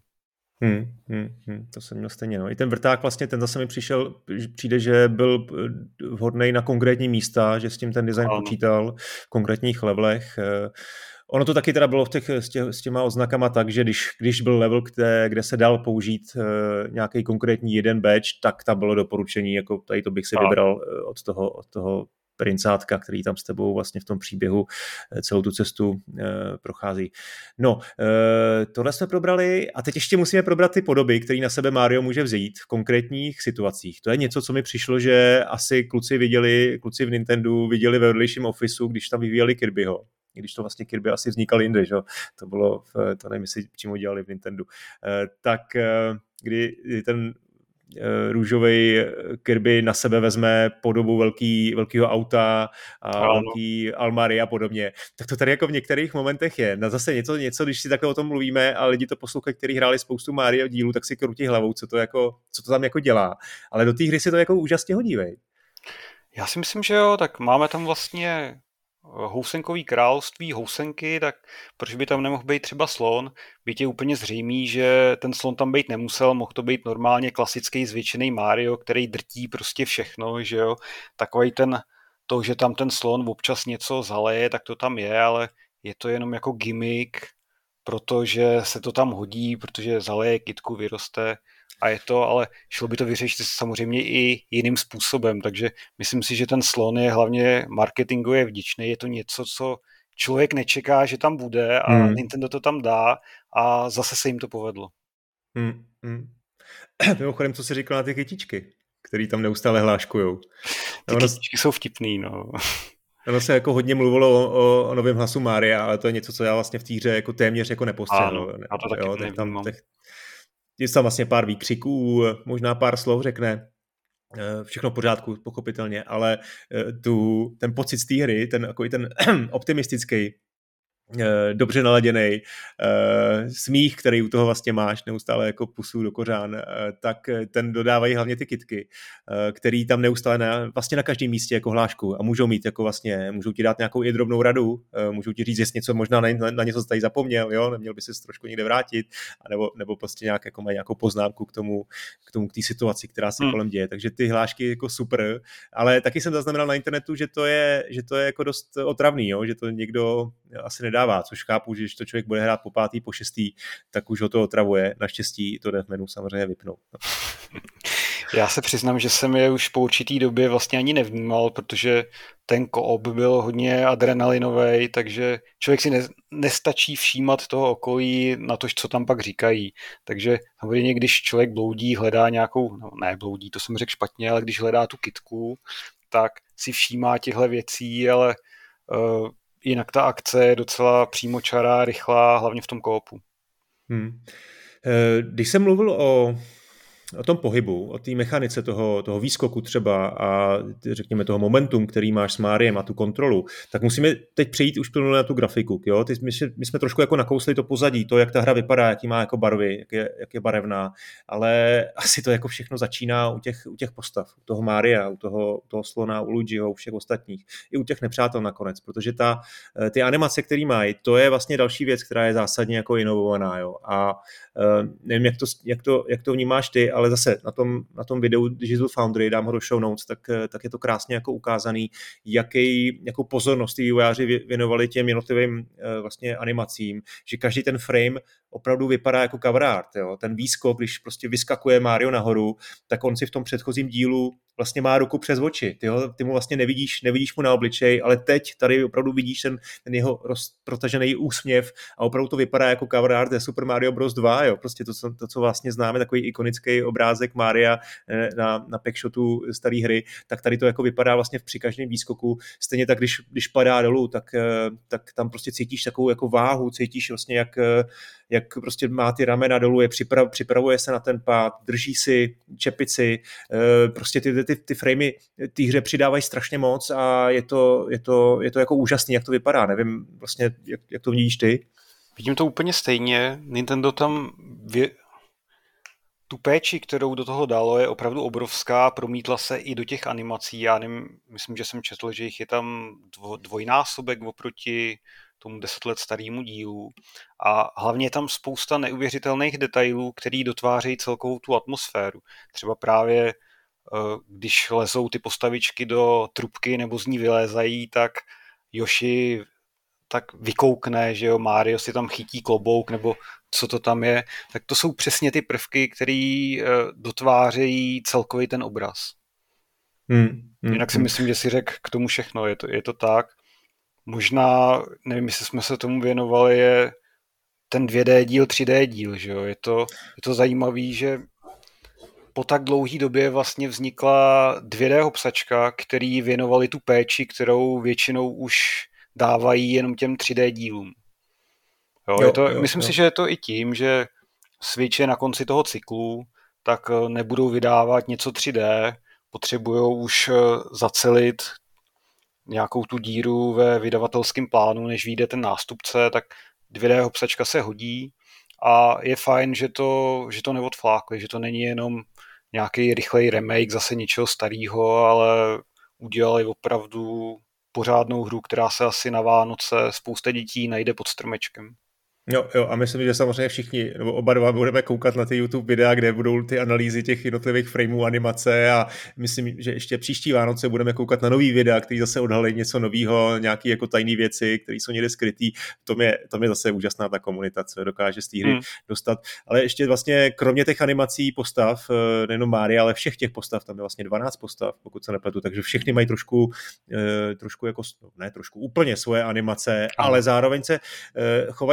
S1: To jsem měl stejně. No. I ten vrták vlastně, ten zase mi přijde, že byl vhodný na konkrétní místa, že s tím ten design počítal v konkrétních levelech. Ono to taky teda bylo s těma oznakama tak, že když byl level, kde se dal použít nějaký konkrétní jeden badge, tak tam bylo doporučení, jako tady to bych si vybral od toho princátka, který tam s tebou vlastně v tom příběhu celou tu cestu prochází. No, tohle jsme probrali a teď ještě musíme probrat ty podoby, které na sebe Mario může vzít v konkrétních situacích. To je něco, co mi přišlo, že asi kluci v Nintendo viděli ve vedlejším Officeu, když tam vyvíjeli Kirbyho. I když to vlastně Kirby asi vznikal jinde, že? To nevím, jestli čím dělali v Nintendo. Tak kdy ten růžový Kirby na sebe vezme podobu velkého auta a velký Almary a podobně. Tak to tady jako v některých momentech je. Na zase něco, když si takhle o tom mluvíme a lidi to poslouchají, kteří hráli spoustu Mario dílů, tak si krutí hlavou, co to tam jako dělá. Ale do té hry si to jako úžasně hodí, vej.
S2: Já si myslím, že jo, tak máme tam vlastně housenkový království, housenky, tak proč by tam nemohl být třeba slon? Byť je úplně zřejmý, že ten slon tam být nemusel, mohl to být normálně klasický zvětšený Mario, který drtí prostě všechno, že jo. Takovej to, že tam ten slon občas něco zaleje, tak to tam je, ale je to jenom jako gimmick, protože se to tam hodí, protože zaleje kytku, vyroste a je to, ale šlo by to vyřešit samozřejmě i jiným způsobem, takže myslím si, že ten slon je hlavně marketingově vděčný, je to něco, co člověk nečeká, že tam bude a Nintendo to tam dá a zase se jim to povedlo.
S1: Mimochodem, co jsi říkal na ty kytičky, který tam neustále hláškujou.
S2: Ty kytičky jsou vtipný, no.
S1: Ono se jako hodně mluvilo o novém hlasu Mária, ale to je něco, co já vlastně v té hře jako téměř jako nepostřehl.
S2: Ano, já to taky nevnímám.
S1: Je tam vlastně pár výkřiků, možná pár slov řekne, všechno v pořádku, pochopitelně, ale ten pocit z té hry, ten optimistický, dobře naladěnej smích, který u toho vlastně máš, neustále jako pusu do kořán, tak ten dodávají hlavně ty kytky, který tam neustále vlastně na každém místě jako hlášku a můžou mít jako vlastně, můžou ti dát nějakou i drobnou radu, můžou ti říct, jestli něco možná na něco jsi tady zapomněl, jo, neměl by se trošku někde vrátit, nebo prostě jako mají nějakou poznámku k té situaci, která se kolem děje, takže ty hlášky jako super, ale taky jsem zaznamenal na internetu, že to je jako dost otravný, jo, že to někdo asi nedává, což chápu, že když to člověk bude hrát po 5., po 6., tak už ho to otravuje. Naštěstí to jde v menu samozřejmě vypnout.
S2: Já se přiznám, že jsem je už po určitý době vlastně ani nevnímal, protože ten co-op byl hodně adrenalinový, takže člověk si nestačí všímat toho okolí na to, co tam pak říkají. Takže samozřejmě, když člověk bloudí, hledá nějakou, no ne bloudí, to jsem řekl špatně, ale když hledá tu kytku, tak si všímá těchto věcí, ale jinak ta akce je docela přímočará, rychlá, hlavně v tom koopu.
S1: Když jsem mluvil o tom pohybu, o té mechanice toho výskoku třeba a řekněme toho momentum, který máš s Máriem a tu kontrolu, tak musíme teď přejít už plně na tu grafiku. Jo? My jsme trošku jako nakousli to pozadí, to, jak ta hra vypadá, jaký má jako barvy, jak je barevná, ale asi to jako všechno začíná u těch postav, u toho Mária, u toho slona, u Luigiho, u všech ostatních, i u těch nepřátel nakonec, protože ty animace, který mají, to je vlastně další věc, která je zásadně jako inovovaná. Jo? A nevím, jak to vnímáš ty, ale zase na tom videu Digital Foundry, dám ho do show notes, tak je to krásně jako ukázaný, jakou pozornost ty vývojáři věnovali těm jednotlivým vlastně animacím, že každý ten frame opravdu vypadá jako cover art. Jo? Ten výskok, když prostě vyskakuje Mario nahoru, tak on si v tom předchozím dílu vlastně má ruku přes oči. Ty mu vlastně nevidíš mu na obličej, ale teď tady opravdu vidíš ten jeho protažený úsměv a opravdu to vypadá jako cover art ze Super Mario Bros. 2. Jo? Prostě to, co vlastně známe, takový ikonický obrázek Mária na packshotu staré hry, tak tady to jako vypadá vlastně při každém výskoku. Stejně tak, když padá dolů, tak tam prostě cítíš takovou jako váhu, cítíš vlastně, jak prostě má ty ramena dolů, připravuje se na ten pád, drží si čepici, prostě ty framey té hře přidávají strašně moc a je to jako úžasný, jak to vypadá. Nevím vlastně, jak to vidíš ty?
S2: Vidím to úplně stejně. Nintendo tam tu péči, kterou do toho dalo, je opravdu obrovská, promítla se i do těch animací. Já nevím, myslím, že jsem četl, že jich je tam dvojnásobek oproti tomu 10 let starému dílu. A hlavně je tam spousta neuvěřitelných detailů, který dotvářejí celkovou tu atmosféru. Třeba právě když lezou ty postavičky do trubky nebo z ní vylézají, tak Yoshi tak vykoukne, že jo, Mario si tam chytí klobouk, nebo co to tam je, tak to jsou přesně ty prvky, které dotvářejí celkový ten obraz. Jinak si myslím, že si řekl k tomu všechno, je to tak. Možná, nevím, jestli jsme se tomu věnovali, je ten 2D díl, 3D díl, že jo, je to zajímavý, že po tak dlouhé době vlastně vznikla 2D hopsačka, který věnovali tu péči, kterou většinou už dávají jenom těm 3D dílům. Myslím si, že je to i tím, že Switch je na konci toho cyklu, tak nebudou vydávat něco 3D, potřebují už zacelit nějakou tu díru ve vydavatelském plánu, než vyjde ten nástupce, tak 2D hopsačka se hodí a je fajn, že to neodflákli, že to není jenom nějaký rychlej remake zase něčeho starého, ale udělali opravdu pořádnou hru, která se asi na Vánoce spousta dětí najde pod stromečkem.
S1: Jo, a myslím, že samozřejmě všichni, nebo oba dva budeme koukat na ty YouTube videa, kde budou ty analýzy těch jednotlivých frameů animace a myslím, že ještě příští Vánoce budeme koukat na nový videa, který zase odhalí něco nového, nějaké jako tajné věci, které jsou někde skrytý. To je zase úžasná ta komunita, co dokáže z té hry dostat. Ale ještě vlastně kromě těch animací postav, nejenom Mária, ale všech těch postav, tam je vlastně 12 postav, pokud se nepletu, takže všechny mají trošku jako, ne trošku, úplně svoje animace, ale zároveň se chovají stejně.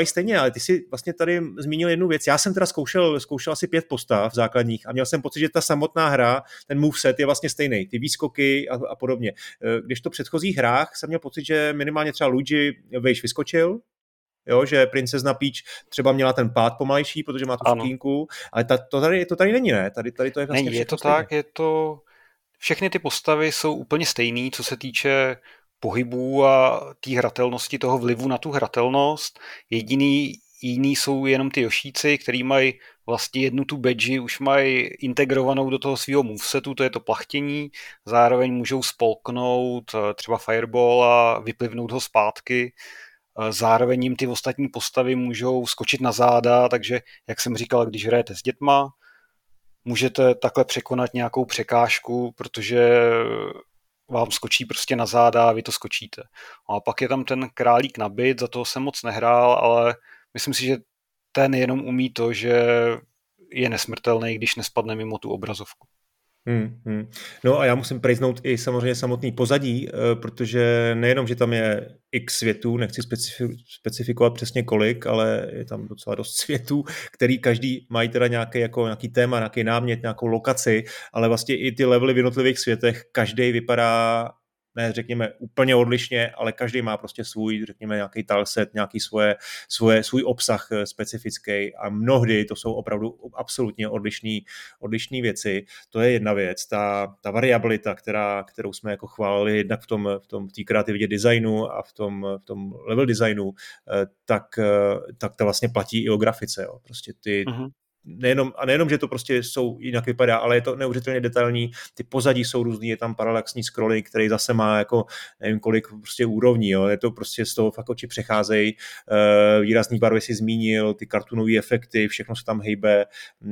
S1: ale ty jsi vlastně tady zmínil jednu věc. Já jsem teda zkoušel asi 5 postav základních a měl jsem pocit, že ta samotná hra, ten moveset je vlastně stejný, ty výskoky a podobně. Když to v předchozích hrách jsem měl pocit, že minimálně třeba Luigi vyskočil, jo, že princezna Peach třeba měla ten pád pomalejší, protože má tu skínku, ale to tady není, ne? Tady to je vlastně
S2: není, je to stejně. Tak, všechny ty postavy jsou úplně stejný, co se týče pohybů a té hratelnosti, toho vlivu na tu hratelnost. Jiný jsou jenom ty Yoshíci, který mají vlastně jednu tu badge, už mají integrovanou do toho svého movesetu, to je to plachtění, zároveň můžou spolknout třeba fireball a vyplivnout ho zpátky. Zároveň jim ty ostatní postavy můžou skočit na záda, takže, jak jsem říkal, když hrajete s dětma, můžete takhle překonat nějakou překážku, protože vám skočí prostě na záda a vy to skočíte. A pak je tam ten králík na byt, za toho jsem moc nehrál, ale myslím si, že ten jenom umí to, že je nesmrtelný, když nespadne mimo tu obrazovku.
S1: No a já musím prejznout i samozřejmě samotný pozadí, protože nejenom, že tam je x světů, nechci specifikovat přesně kolik, ale je tam docela dost světů, který každý mají teda nějaký téma, nějaký námět, nějakou lokaci, ale vlastně i ty levely v jednotlivých světech, každý vypadá ne, řekněme, úplně odlišně, ale každý má prostě svůj, řekněme, nějaký tileset, nějaký svůj obsah specifický a mnohdy to jsou opravdu absolutně odlišné věci. To je jedna věc. Ta variabilita, kterou jsme jako chválili jednak v té kreativitě designu a v tom level designu, tak to vlastně platí i o grafice. Jo. Prostě nejenom, že to prostě jinak vypadá, ale je to neuvěřitelně detailní, ty pozadí jsou různý, je tam paralexní scrolling, který zase má jako nevím kolik prostě úrovní, jo. Je to prostě z toho fakt oči přecházejí, výrazný barvy si zmínil, ty kartunové efekty, všechno se tam hejbe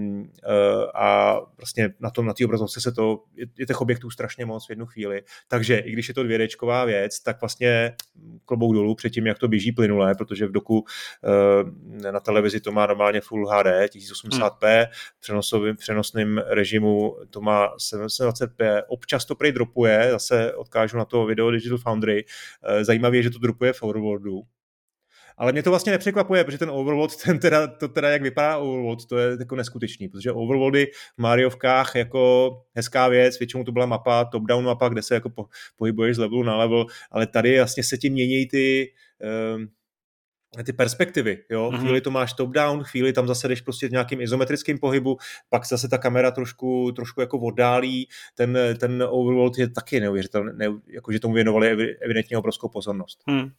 S1: a vlastně na té obrazovce je těch objektů strašně moc v jednu chvíli, takže i když je to 2Dčková věc, tak vlastně klobouk dolů před tím, jak to běží plynulé, protože v doku na televizi to má normálně Full HD 1080p, v přenosném režimu to má 720p, občas to prej dropuje, zase odkážu na to video Digital Foundry, zajímavé je, že to dropuje v Overworldu, ale mě to vlastně nepřekvapuje, protože ten Overworld, to teda jak vypadá Overworld, to je jako neskutečný, protože Overworldy v Mariovkách jako hezká věc, většinou to byla mapa, top-down mapa, kde se jako pohybuješ z levelu na level, ale tady vlastně se ti mění ty perspektivy, jo, chvíli to máš top-down, chvíli tam zase jdeš prostě v nějakým izometrickým pohybu, pak zase ta kamera trošku jako oddálí, ten Overworld je taky neuvěřitelný, jakože tomu věnovali evidentně obrovskou pozornost.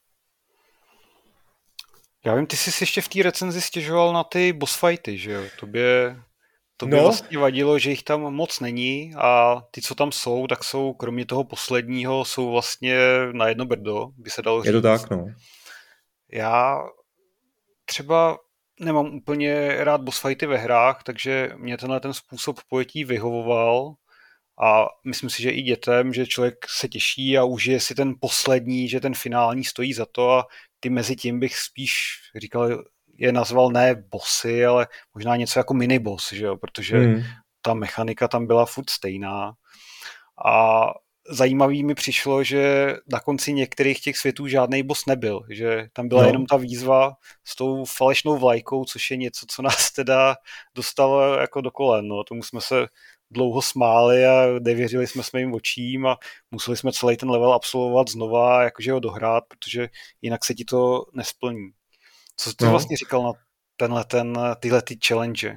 S2: Já vím, ty jsi ještě v té recenzi stěžoval na ty boss fighty, že jo? To by vlastně vadilo, že jich tam moc není a ty, co tam jsou, tak jsou, kromě toho posledního, jsou vlastně na jedno brdo, by se dalo říct.
S1: Je to tak, no.
S2: Já třeba nemám úplně rád boss fighty ve hrách, takže mě ten způsob pojetí vyhovoval a myslím si, že i dětem, že člověk se těší a užije si ten poslední, že ten finální stojí za to a ty mezi tím bych spíš říkal, je nazval ne bossy, ale možná něco jako miniboss, že jo? Protože ta mechanika tam byla furt stejná. A zajímavý mi přišlo, že na konci některých těch světů žádný boss nebyl, že tam byla jenom ta výzva s tou falešnou vlajkou, což je něco, co nás teda dostalo jako do kolen. No. Tomu jsme se dlouho smáli a nevěřili jsme svým očím a museli jsme celý ten level absolvovat znova, jakože ho dohrát, protože jinak se ti to nesplní. Co jsi vlastně říkal na tyhle challenge?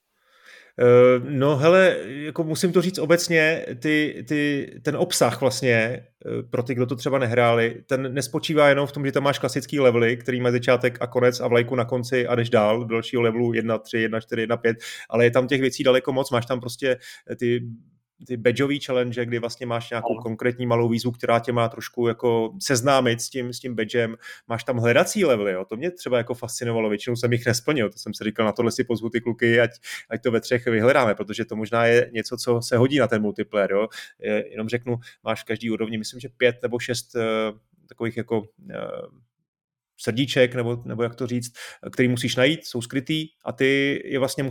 S1: No hele, jako musím to říct obecně, ten obsah vlastně, pro ty, kdo to třeba nehráli, ten nespočívá jenom v tom, že tam máš klasický levely, který má začátek a konec a vlajku na konci a jdeš dál do dalšího levelu 1.3, 1.4, 1.5, ale je tam těch věcí daleko moc, máš tam prostě ty badgeový challenge, kdy vlastně máš nějakou konkrétní malou výzvu, která tě má trošku jako seznámit s tím badgem. Máš tam hledací levely, jo. To mě třeba jako fascinovalo, většinou jsem jich nesplnil, to jsem si říkal, na tohle si pozvu ty kluky, ať to ve 3 vyhledáme, protože to možná je něco, co se hodí na ten multiplayer, jo. Jenom řeknu, máš v každý úrovni, myslím, že 5 nebo 6 takových jako srdíček, nebo jak to říct, který musíš najít, jsou skrytý a ty je vlastně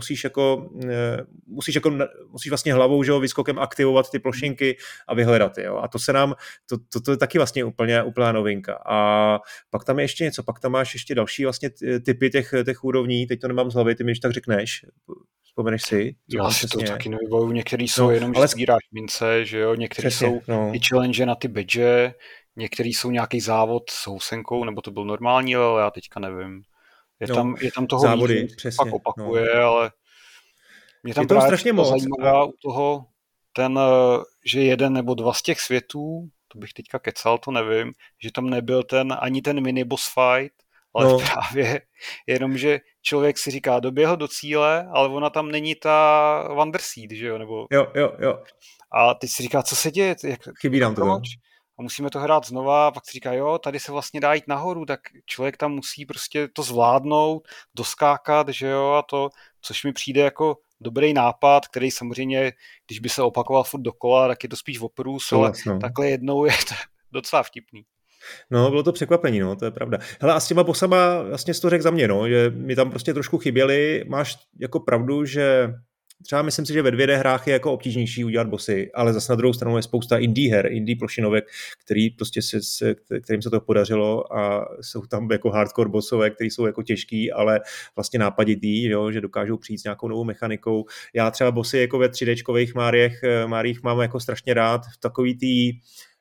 S1: musíš vlastně hlavou, že jo, vyskokem aktivovat ty plošinky a vyhledat je, jo. A to se nám, to je taky vlastně úplná novinka. A pak tam je ještě něco, pak tam máš ještě další vlastně typy těch úrovní, teď to nemám z hlavy, ty mi když tak řekneš, vzpomeneš si?
S2: Já si to taky nevybavuju, některý jsou jenom, že sbíráš mince, že jo, některý jsou i challenge na ty badge, některý jsou nějaký závod s housenkou, nebo to byl normální, ale já teďka nevím. Je tam toho
S1: závody,
S2: víc,
S1: přesně,
S2: pak opakuje, ale mě tam
S1: je to strašně moc
S2: zajímavá u toho že jeden nebo dva z těch světů, to bych teďka kecal, to nevím, že tam nebyl ani ten mini boss fight, ale právě jenom, že člověk si říká, doběhl do cíle, ale ona tam není ta Wonderseed, že jo? Nebo...
S1: Jo.
S2: A teď si říká, co se děje?
S1: Chybí nám to.
S2: A musíme to hrát znova, a pak si říká, jo, tady se vlastně dá jít nahoru, tak člověk tam musí prostě to zvládnout, doskákat, že jo, a to, což mi přijde jako dobrý nápad, který samozřejmě, když by se opakoval furt dokola, tak je to spíš oprus, ale takhle jednou je to docela vtipný.
S1: No, bylo to překvapení, no, to je pravda. Hele, a s těma bossama vlastně jsi to řekl za mě, no, že mi tam prostě trošku chyběly. Máš jako pravdu, že třeba myslím si, že ve 2D hrách je jako obtížnější udělat bossy, ale zase na druhou stranu je spousta indie her, indie plošinovek, který prostě kterým se to podařilo a jsou tam jako hardcore bossové, který jsou jako těžký, ale vlastně nápaditý, jo, že dokážou přijít s nějakou novou mechanikou. Já třeba bossy jako ve 3Dčkových Máriích mám jako strašně rád v takový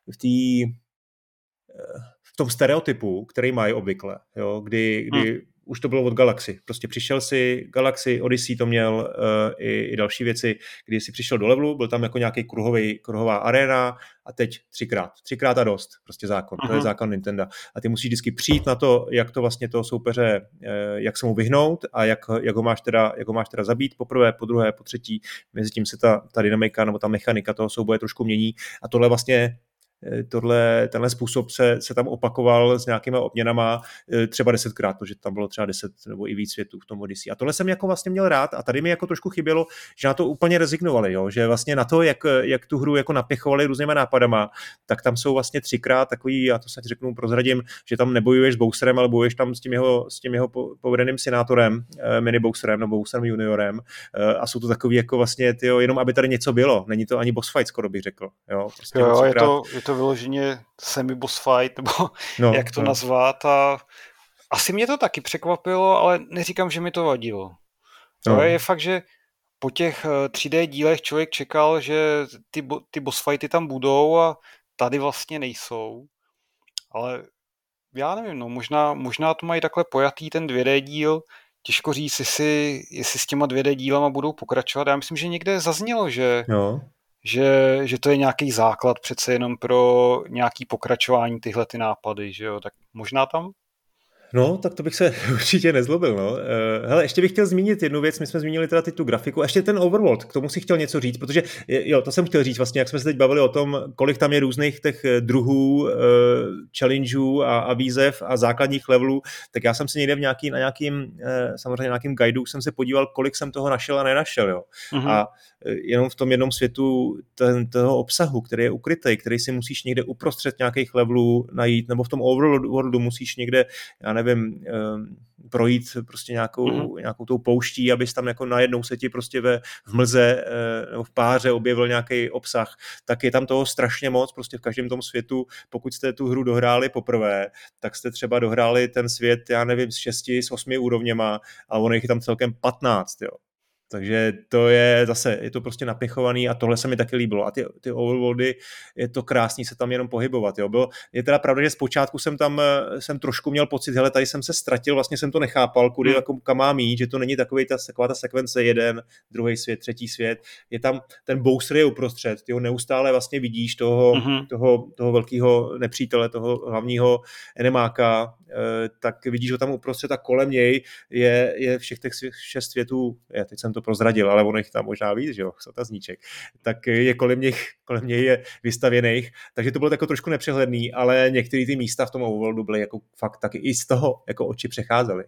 S1: v tom stereotypu, který mají obvykle, jo, kdy už to bylo od Galaxy. Prostě přišel si Galaxy, Odyssey to měl i další věci, kdy si přišel do levelu, byl tam jako nějaký kruhová aréna a teď třikrát a dost, prostě zákon. To je zákon Nintendo. A ty musíš vždycky přijít na to, jak to vlastně toho soupeře, jak se mu vyhnout a jak ho máš teda zabít poprvé, po druhé, po třetí. Mezi tím se ta dynamika nebo ta mechanika toho souboje trošku mění a tohle vlastně tenhle způsob se tam opakoval s nějakýma obměnama třeba 10krát, protože tam bylo třeba 10 nebo i víc světů v tom Odyssey. A tohle jsem jako vlastně měl rád a tady mi jako trošku chybělo, že na to úplně rezignovali, jo? Že vlastně na to, jak tu hru jako napěchovali různýma nápadama, tak tam jsou vlastně 3krát takový, já to snad řeknu, prozradím, že tam nebojuješ s Bowserem, ale bojuješ tam s tím jeho povedeným senátorem, mini Bowserem nebo Bowserem juniorem a jsou to takový jako vlastně, jenom aby tady něco bylo. Není to ani boss fight, skoro bych řekl. Jo, prostě
S2: je to vyloženě semi-boss fight, nebo jak to nazvat. A asi mě to taky překvapilo, ale neříkám, že mi to vadilo. To je fakt, že po těch 3D dílech člověk čekal, že ty boss fighty tam budou a tady vlastně nejsou. Ale já nevím, no, možná to mají takhle pojatý ten 2D díl. Těžko říct, jestli s těma 2D dílama budou pokračovat. Já myslím, že někde zaznělo, že to je nějaký základ přece jenom pro nějaký pokračování tyhle ty nápady, že jo, tak možná tam?
S1: No, tak to bych se určitě nezlobil, no. Hele, ještě bych chtěl zmínit jednu věc, my jsme zmínili teda tu grafiku, a ještě ten Overworld, k tomu si chtěl něco říct, protože jo, to jsem chtěl říct vlastně, jak jsme se teď bavili o tom, kolik tam je různých těch druhů, challengeů a výzev a základních levelů, tak já jsem si někde na nějakým guideu jsem se podíval, kolik jsem toho našel a nenašel, jo. Mm-hmm. A jenom v tom jednom světu toho obsahu, který je ukrytej, který si musíš někde uprostřed nějakých levelů najít, nebo v tom Overworldu musíš někde, já nevím, projít prostě nějakou tou pouští, abys tam jako najednou se ti prostě v mlze nebo v páře objevil nějaký obsah, tak je tam toho strašně moc, prostě v každém tom světu, pokud jste tu hru dohráli poprvé, tak jste třeba dohráli ten svět, já nevím, s 8 úrovněma, ale ono jich je tam celkem 15, jo. Takže je to prostě napěchovaný a tohle se mi taky líbilo. A ty overworldy, je to krásný se tam jenom pohybovat. Jo. Je teda pravda, že zpočátku jsem trošku měl pocit, hele, tady jsem se ztratil, vlastně jsem to nechápal, kam mám jít, že to není taková ta sekvence jeden, druhý svět, třetí svět. Je tam ten Bowser je uprostřed, ty ho neustále vlastně vidíš, toho velkého nepřítele, toho hlavního enemáka, tak vidíš ho tam uprostřed a kolem něj je všech těch 6 světů, teď jsem to prozradil, ale ono jich tam možná víc, že jo, otazníček, tak je kolem něj je vystavěných, takže to bylo jako trošku nepřehledný, ale některé ty místa v tom overworldu byly jako fakt taky i z toho jako oči přecházely.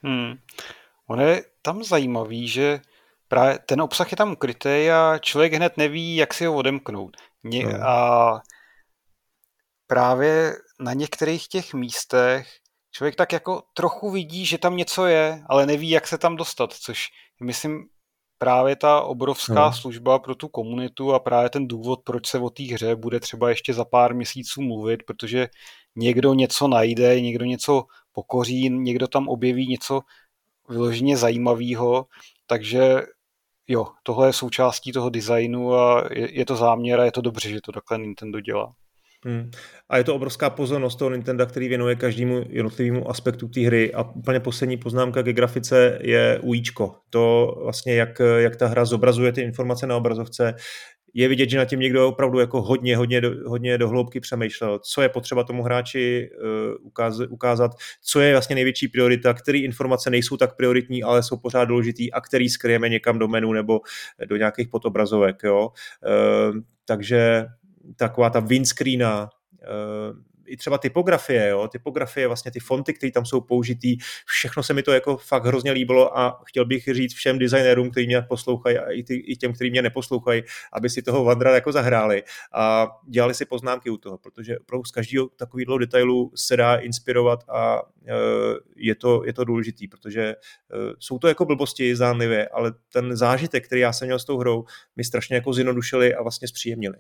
S2: Ono je tam zajímavý, že právě ten obsah je tam ukrytý a člověk hned neví, jak si ho odemknout. A právě na některých těch místech člověk tak jako trochu vidí, že tam něco je, ale neví, jak se tam dostat, což myslím právě ta obrovská služba pro tu komunitu a právě ten důvod, proč se o té hře bude třeba ještě za pár měsíců mluvit, protože někdo něco najde, někdo něco pokoří, někdo tam objeví něco vyloženě zajímavého, takže jo, tohle je součástí toho designu a je to záměr a je to dobře, že to takhle Nintendo dělá.
S1: A je to obrovská pozornost toho Nintendo, který věnuje každému jednotlivému aspektu té hry. A úplně poslední poznámka ke grafice je UIčko. To vlastně, jak ta hra zobrazuje ty informace na obrazovce, je vidět, že na tím někdo opravdu jako hodně do hloubky přemýšlel, co je potřeba tomu hráči ukázat, co je vlastně největší priorita, které informace nejsou tak prioritní, ale jsou pořád důležitý a který skryjeme někam do menu nebo do nějakých podobrazovek. Jo? Takže taková ta windscreena, i třeba typografie, vlastně ty fonty, které tam jsou použitý, všechno se mi to jako fakt hrozně líbilo a chtěl bych říct všem designérům, kteří mě poslouchají a i těm, kteří mě neposlouchají, aby si toho Wandera jako zahráli a dělali si poznámky u toho, protože z každého takového detailu se dá inspirovat a je to důležitý, protože jsou to jako blbosti zdánlivě, ale ten zážitek, který já jsem měl s tou hrou, mi strašně jako zjednodušili a vlastně zpříjemnili.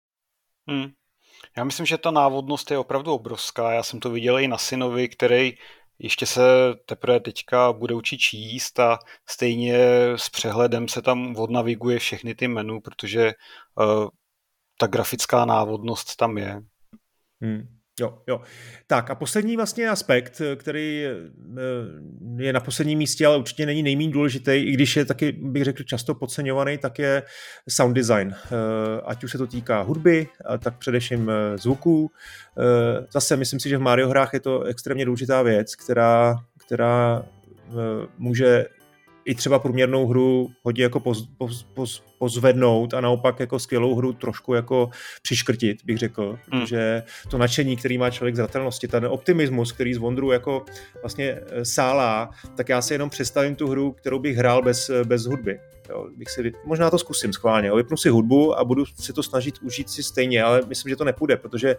S2: Já myslím, že ta návodnost je opravdu obrovská. Já jsem to viděl i na synovi, který ještě se teprve teďka bude učit číst a stejně s přehledem se tam odnaviguje všechny ty menu, protože ta grafická návodnost tam je.
S1: Jo. Tak a poslední vlastně aspekt, který je na posledním místě, ale určitě není nejméně důležitý, i když je taky, bych řekl, často podceňovaný, tak je sound design. Ať už se to týká hudby, tak především zvuků. Zase myslím si, že v Mario hrách je to extrémně důležitá věc, která může i třeba průměrnou hru hodně jako pozvednout a naopak jako skvělou hru trošku jako přiškrtit, bych řekl, protože to nadšení, který má člověk zratelnosti, ten optimismus, který z Wonderu jako vlastně sálá, tak já si jenom představím tu hru, kterou bych hrál bez hudby. Jo, možná to zkusím schválně, vypnu si hudbu a budu si to snažit užít si stejně, ale myslím, že to nepůjde, protože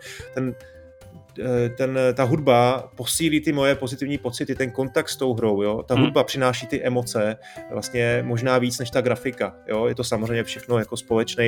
S1: ta hudba posílí ty moje pozitivní pocity, ten kontakt s tou hrou, jo? Ta hudba přináší ty emoce, vlastně možná víc než ta grafika, jo? Je to samozřejmě všechno jako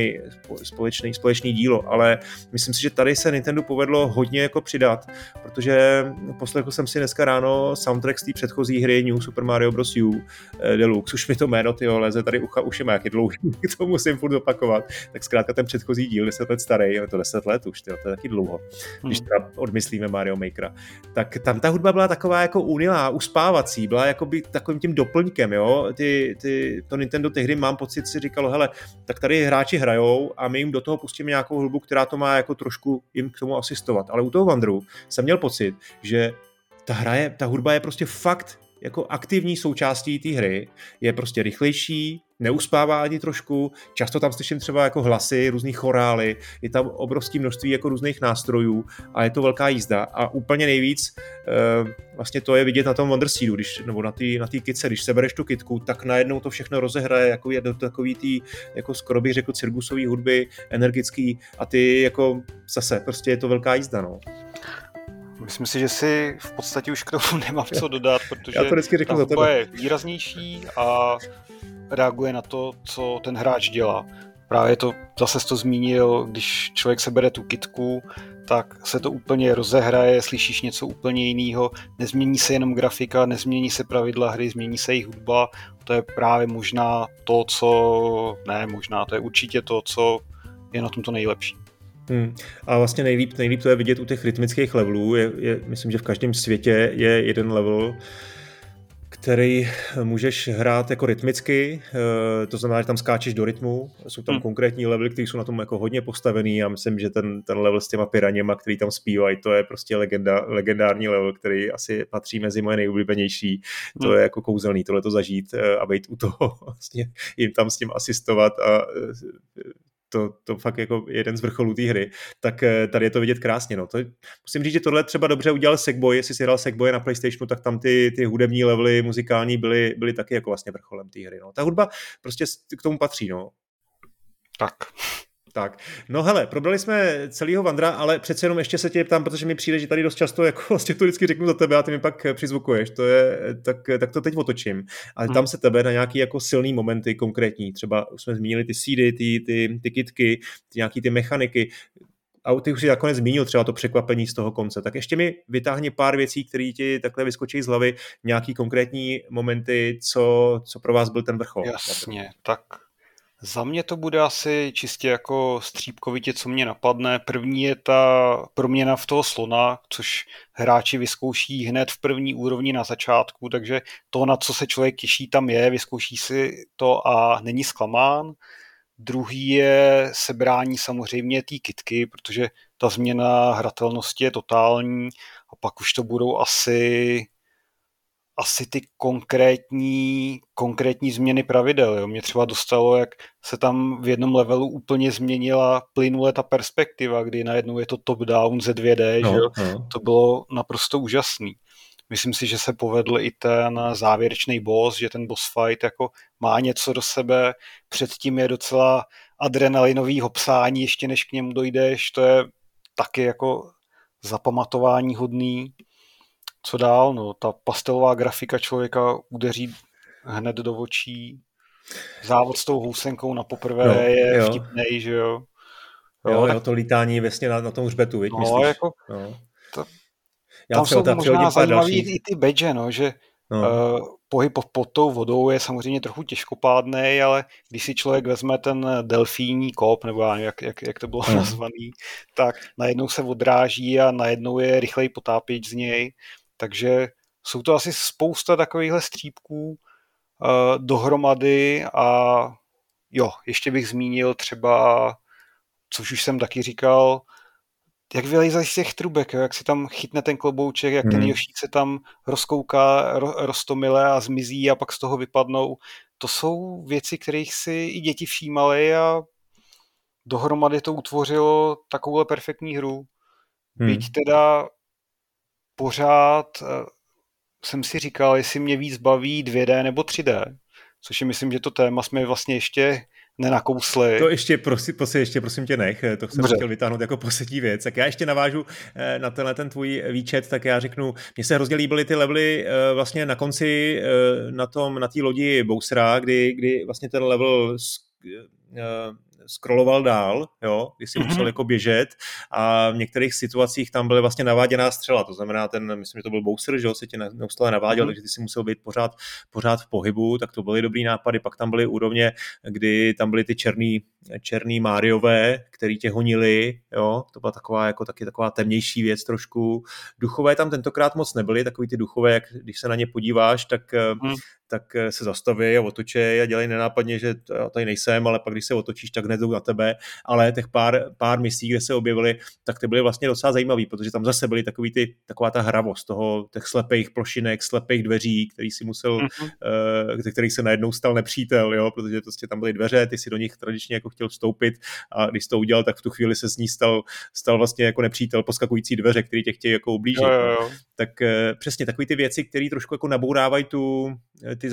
S1: společný dílo, ale myslím si, že tady se Nintendo povedlo hodně jako přidat, protože poslechl jsem si dneska ráno soundtrack z té předchozí hry New Super Mario Bros. U Deluxe, už mi to jméno leze tady ušima, jak je dlouhý, to musím furt opakovat, tak zkrátka ten předchozí díl, 10 let starý, je to 10 let už, to je taky dlouho, když teda myslíme Mario Makera, tak tam ta hudba byla taková jako unilá, uspávací, byla jakoby takovým tím doplňkem, jo, to Nintendo tehdy mám pocit si říkalo, hele, tak tady hráči hrajou a my jim do toho pustíme nějakou hudbu, která to má jako trošku jim k tomu asistovat, ale u toho Wanderu jsem měl pocit, že ta hudba je prostě fakt jako aktivní součástí té hry, je prostě rychlejší, neuspává ani trošku, často tam slyším třeba jako hlasy, různý chorály, je tam obrovské množství jako různých nástrojů a je to velká jízda a úplně nejvíc vlastně to je vidět na tom Wonder Seedu, nebo na té kitce, když sebereš tu kitku, tak najednou to všechno rozehraje jako je do takový tý, jako skoro bych řekl cirkusový hudby, energický a ty jako zase, prostě je to velká jízda, no.
S2: Myslím si, že si v podstatě už k tomu nemám co dodat, protože
S1: ta hudba
S2: je výraznější a reaguje na to, co ten hráč dělá. Právě to, zase jsi to zmínil, když člověk sebere tu kitku, tak se to úplně rozehraje, slyšíš něco úplně jiného, nezmění se jenom grafika, nezmění se pravidla hry, změní se jejich hudba, to je právě možná to, to je určitě to, co je na tomto nejlepší.
S1: A vlastně nejlíp to je vidět u těch rytmických levelů. Myslím, že v každém světě je jeden level, který můžeš hrát jako rytmicky, to znamená, že tam skáčeš do rytmu, jsou tam konkrétní levely, které jsou na tom jako hodně postavený a myslím, že ten level s těma piraněma, který tam zpívají, to je prostě legendární level, který asi patří mezi moje nejoblíbenější, to je jako kouzelný tohleto zažít a být u toho vlastně jim tam s tím asistovat a to fakt jako jeden z vrcholů té hry, tak tady je to vidět krásně. No. Musím říct, že tohle třeba dobře udělal Sackboy, jestli si hrál Sackboye na PlayStationu, tak tam ty hudební levely muzikální byly taky jako vlastně vrcholem té hry. No. Ta hudba prostě k tomu patří. No. Tak, no hele, probrali jsme celýho Wandera, ale přece jenom ještě se tě ptám, protože mi přijde, že tady dost často jako vlastně to vždycky řeknu za tebe a ty mi pak přizvukuješ, tak to teď otočím. Ale tam se tebe na nějaký jako silný momenty konkrétní, třeba už jsme zmínili ty seedy, ty kitky, nějaký ty mechaniky, a ty už si nakonec zmínil třeba to překvapení z toho konce, tak ještě mi vytáhni pár věcí, které ti takhle vyskočí z hlavy, nějaký konkrétní momenty, co pro vás byl ten vrchol.
S2: Jasně, tak za mě to bude asi čistě jako střípkovitě, co mě napadne. První je ta proměna v toho slona, což hráči vyzkouší hned v první úrovni na začátku, takže to, na co se člověk těší, tam je, vyzkouší si to a není zklamán. Druhý je sebrání samozřejmě té kitky, protože ta změna hratelnosti je totální a pak už to budou asi ty konkrétní změny pravidel. Jo. Mě třeba dostalo, jak se tam v jednom levelu úplně změnila plynule ta perspektiva, kdy najednou je to top-down ze 2D, že jo. To bylo naprosto úžasný. Myslím si, že se povedl i ten závěrečný boss, že ten boss fight jako má něco do sebe, předtím je docela adrenalinový hopsání, ještě než k němu dojdeš, to je taky jako zapamatování hodný. Co dál? No, ta pastelová grafika člověka udeří hned do očí. Závod s tou housenkou na poprvé je vtipnej, že jo?
S1: Jo, to lítání vlastně na tom hřbetu, viď, myslíš?
S2: Jako, tam jsou možná zajímavý i ty badge, no, že pohyb pod tou vodou je samozřejmě trochu těžkopádnej, ale když si člověk vezme ten delfíní kop, nebo já nevím, jak to bylo nazvaný, tak najednou se odráží a najednou je rychlej potápěč z něj. Takže jsou to asi spousta takovýchhle střípků dohromady a jo, ještě bych zmínil třeba, což už jsem taky říkal, jak vylejzají z těch trubek, jo? Jak si tam chytne ten klobouček, jak ten Yoshík se tam rozkouká, roztomile a zmizí a pak z toho vypadnou. To jsou věci, kterých si i děti všímaly a dohromady to utvořilo takovouhle perfektní hru. Byť teda pořád jsem si říkal, jestli mě víc baví 2D nebo 3D, což je myslím, že to téma jsme vlastně ještě nenakousli.
S1: To ještě prosím tě nech, to jsem chtěl vytáhnout jako poslední věc. Tak já ještě navážu na ten tvůj výčet, tak já řeknu, mně se hrozně líbily ty levely vlastně na konci na té lodi Bowsera, kdy vlastně ten level scrolloval dál, jo, když si musel jako běžet a v některých situacích tam byly vlastně naváděná střela, to znamená myslím, že to byl Bowser, že jo, se tě neustále naváděl, takže ty si musel být pořád v pohybu, tak to byly dobrý nápady, pak tam byly úrovně, kdy tam byly ty černý Máriové, který tě honili, jo, to byla taková jako taky taková temnější věc trošku. Duchové tam tentokrát moc nebyly, takový ty duchové, jak když se na ně podíváš, tak se zastaví a otočí a dělají nenápadně, že já tady nejsem, ale pak když se otočíš, tak hned jdou na tebe, ale těch pár misí, kde se objevily, tak ty byly vlastně docela zajímavý, protože tam zase byly taková ta hravost těch slepých plošinek, slepých dveří, který si musel, ze kterých se najednou stal nepřítel, jo, protože prostě tam byly dveře, ty si do nich tradičně jako chtěl vstoupit a když jsi to udělal, tak v tu chvíli se z ní stal vlastně jako nepřítel, poskakující dveře, který tě chtějí jako ublížit.
S2: Jo.
S1: Tak přesně takový ty věci, které trošku jako nabourávají ty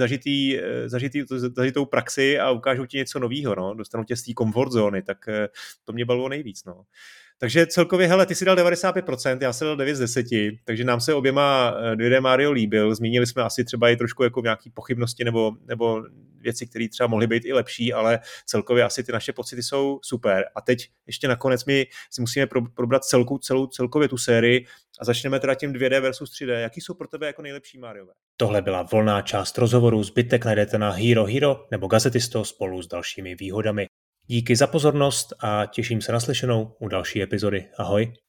S1: zažitou praxi a ukážou ti něco novýho, no, dostanou tě z té comfort zóny, tak to mě bavilo nejvíc, no. Takže celkově, hele, ty si dal 95%, já jsem dal 9 z 10, takže nám se oběma 2D Mario líbil, zmínili jsme asi třeba i trošku jako nějaký pochybnosti nebo věci, které třeba mohly být i lepší, ale celkově asi ty naše pocity jsou super. A teď ještě nakonec my si musíme probrat celkově tu sérii a začneme teda tím 2D versus 3D. Jaký jsou pro tebe jako nejlepší Mariové? Tohle byla volná část rozhovoru, zbytek najdete na Hero Hero nebo Gazetisto spolu s dalšími výhodami. Díky za pozornost a těším se na slyšenou u další epizody. Ahoj.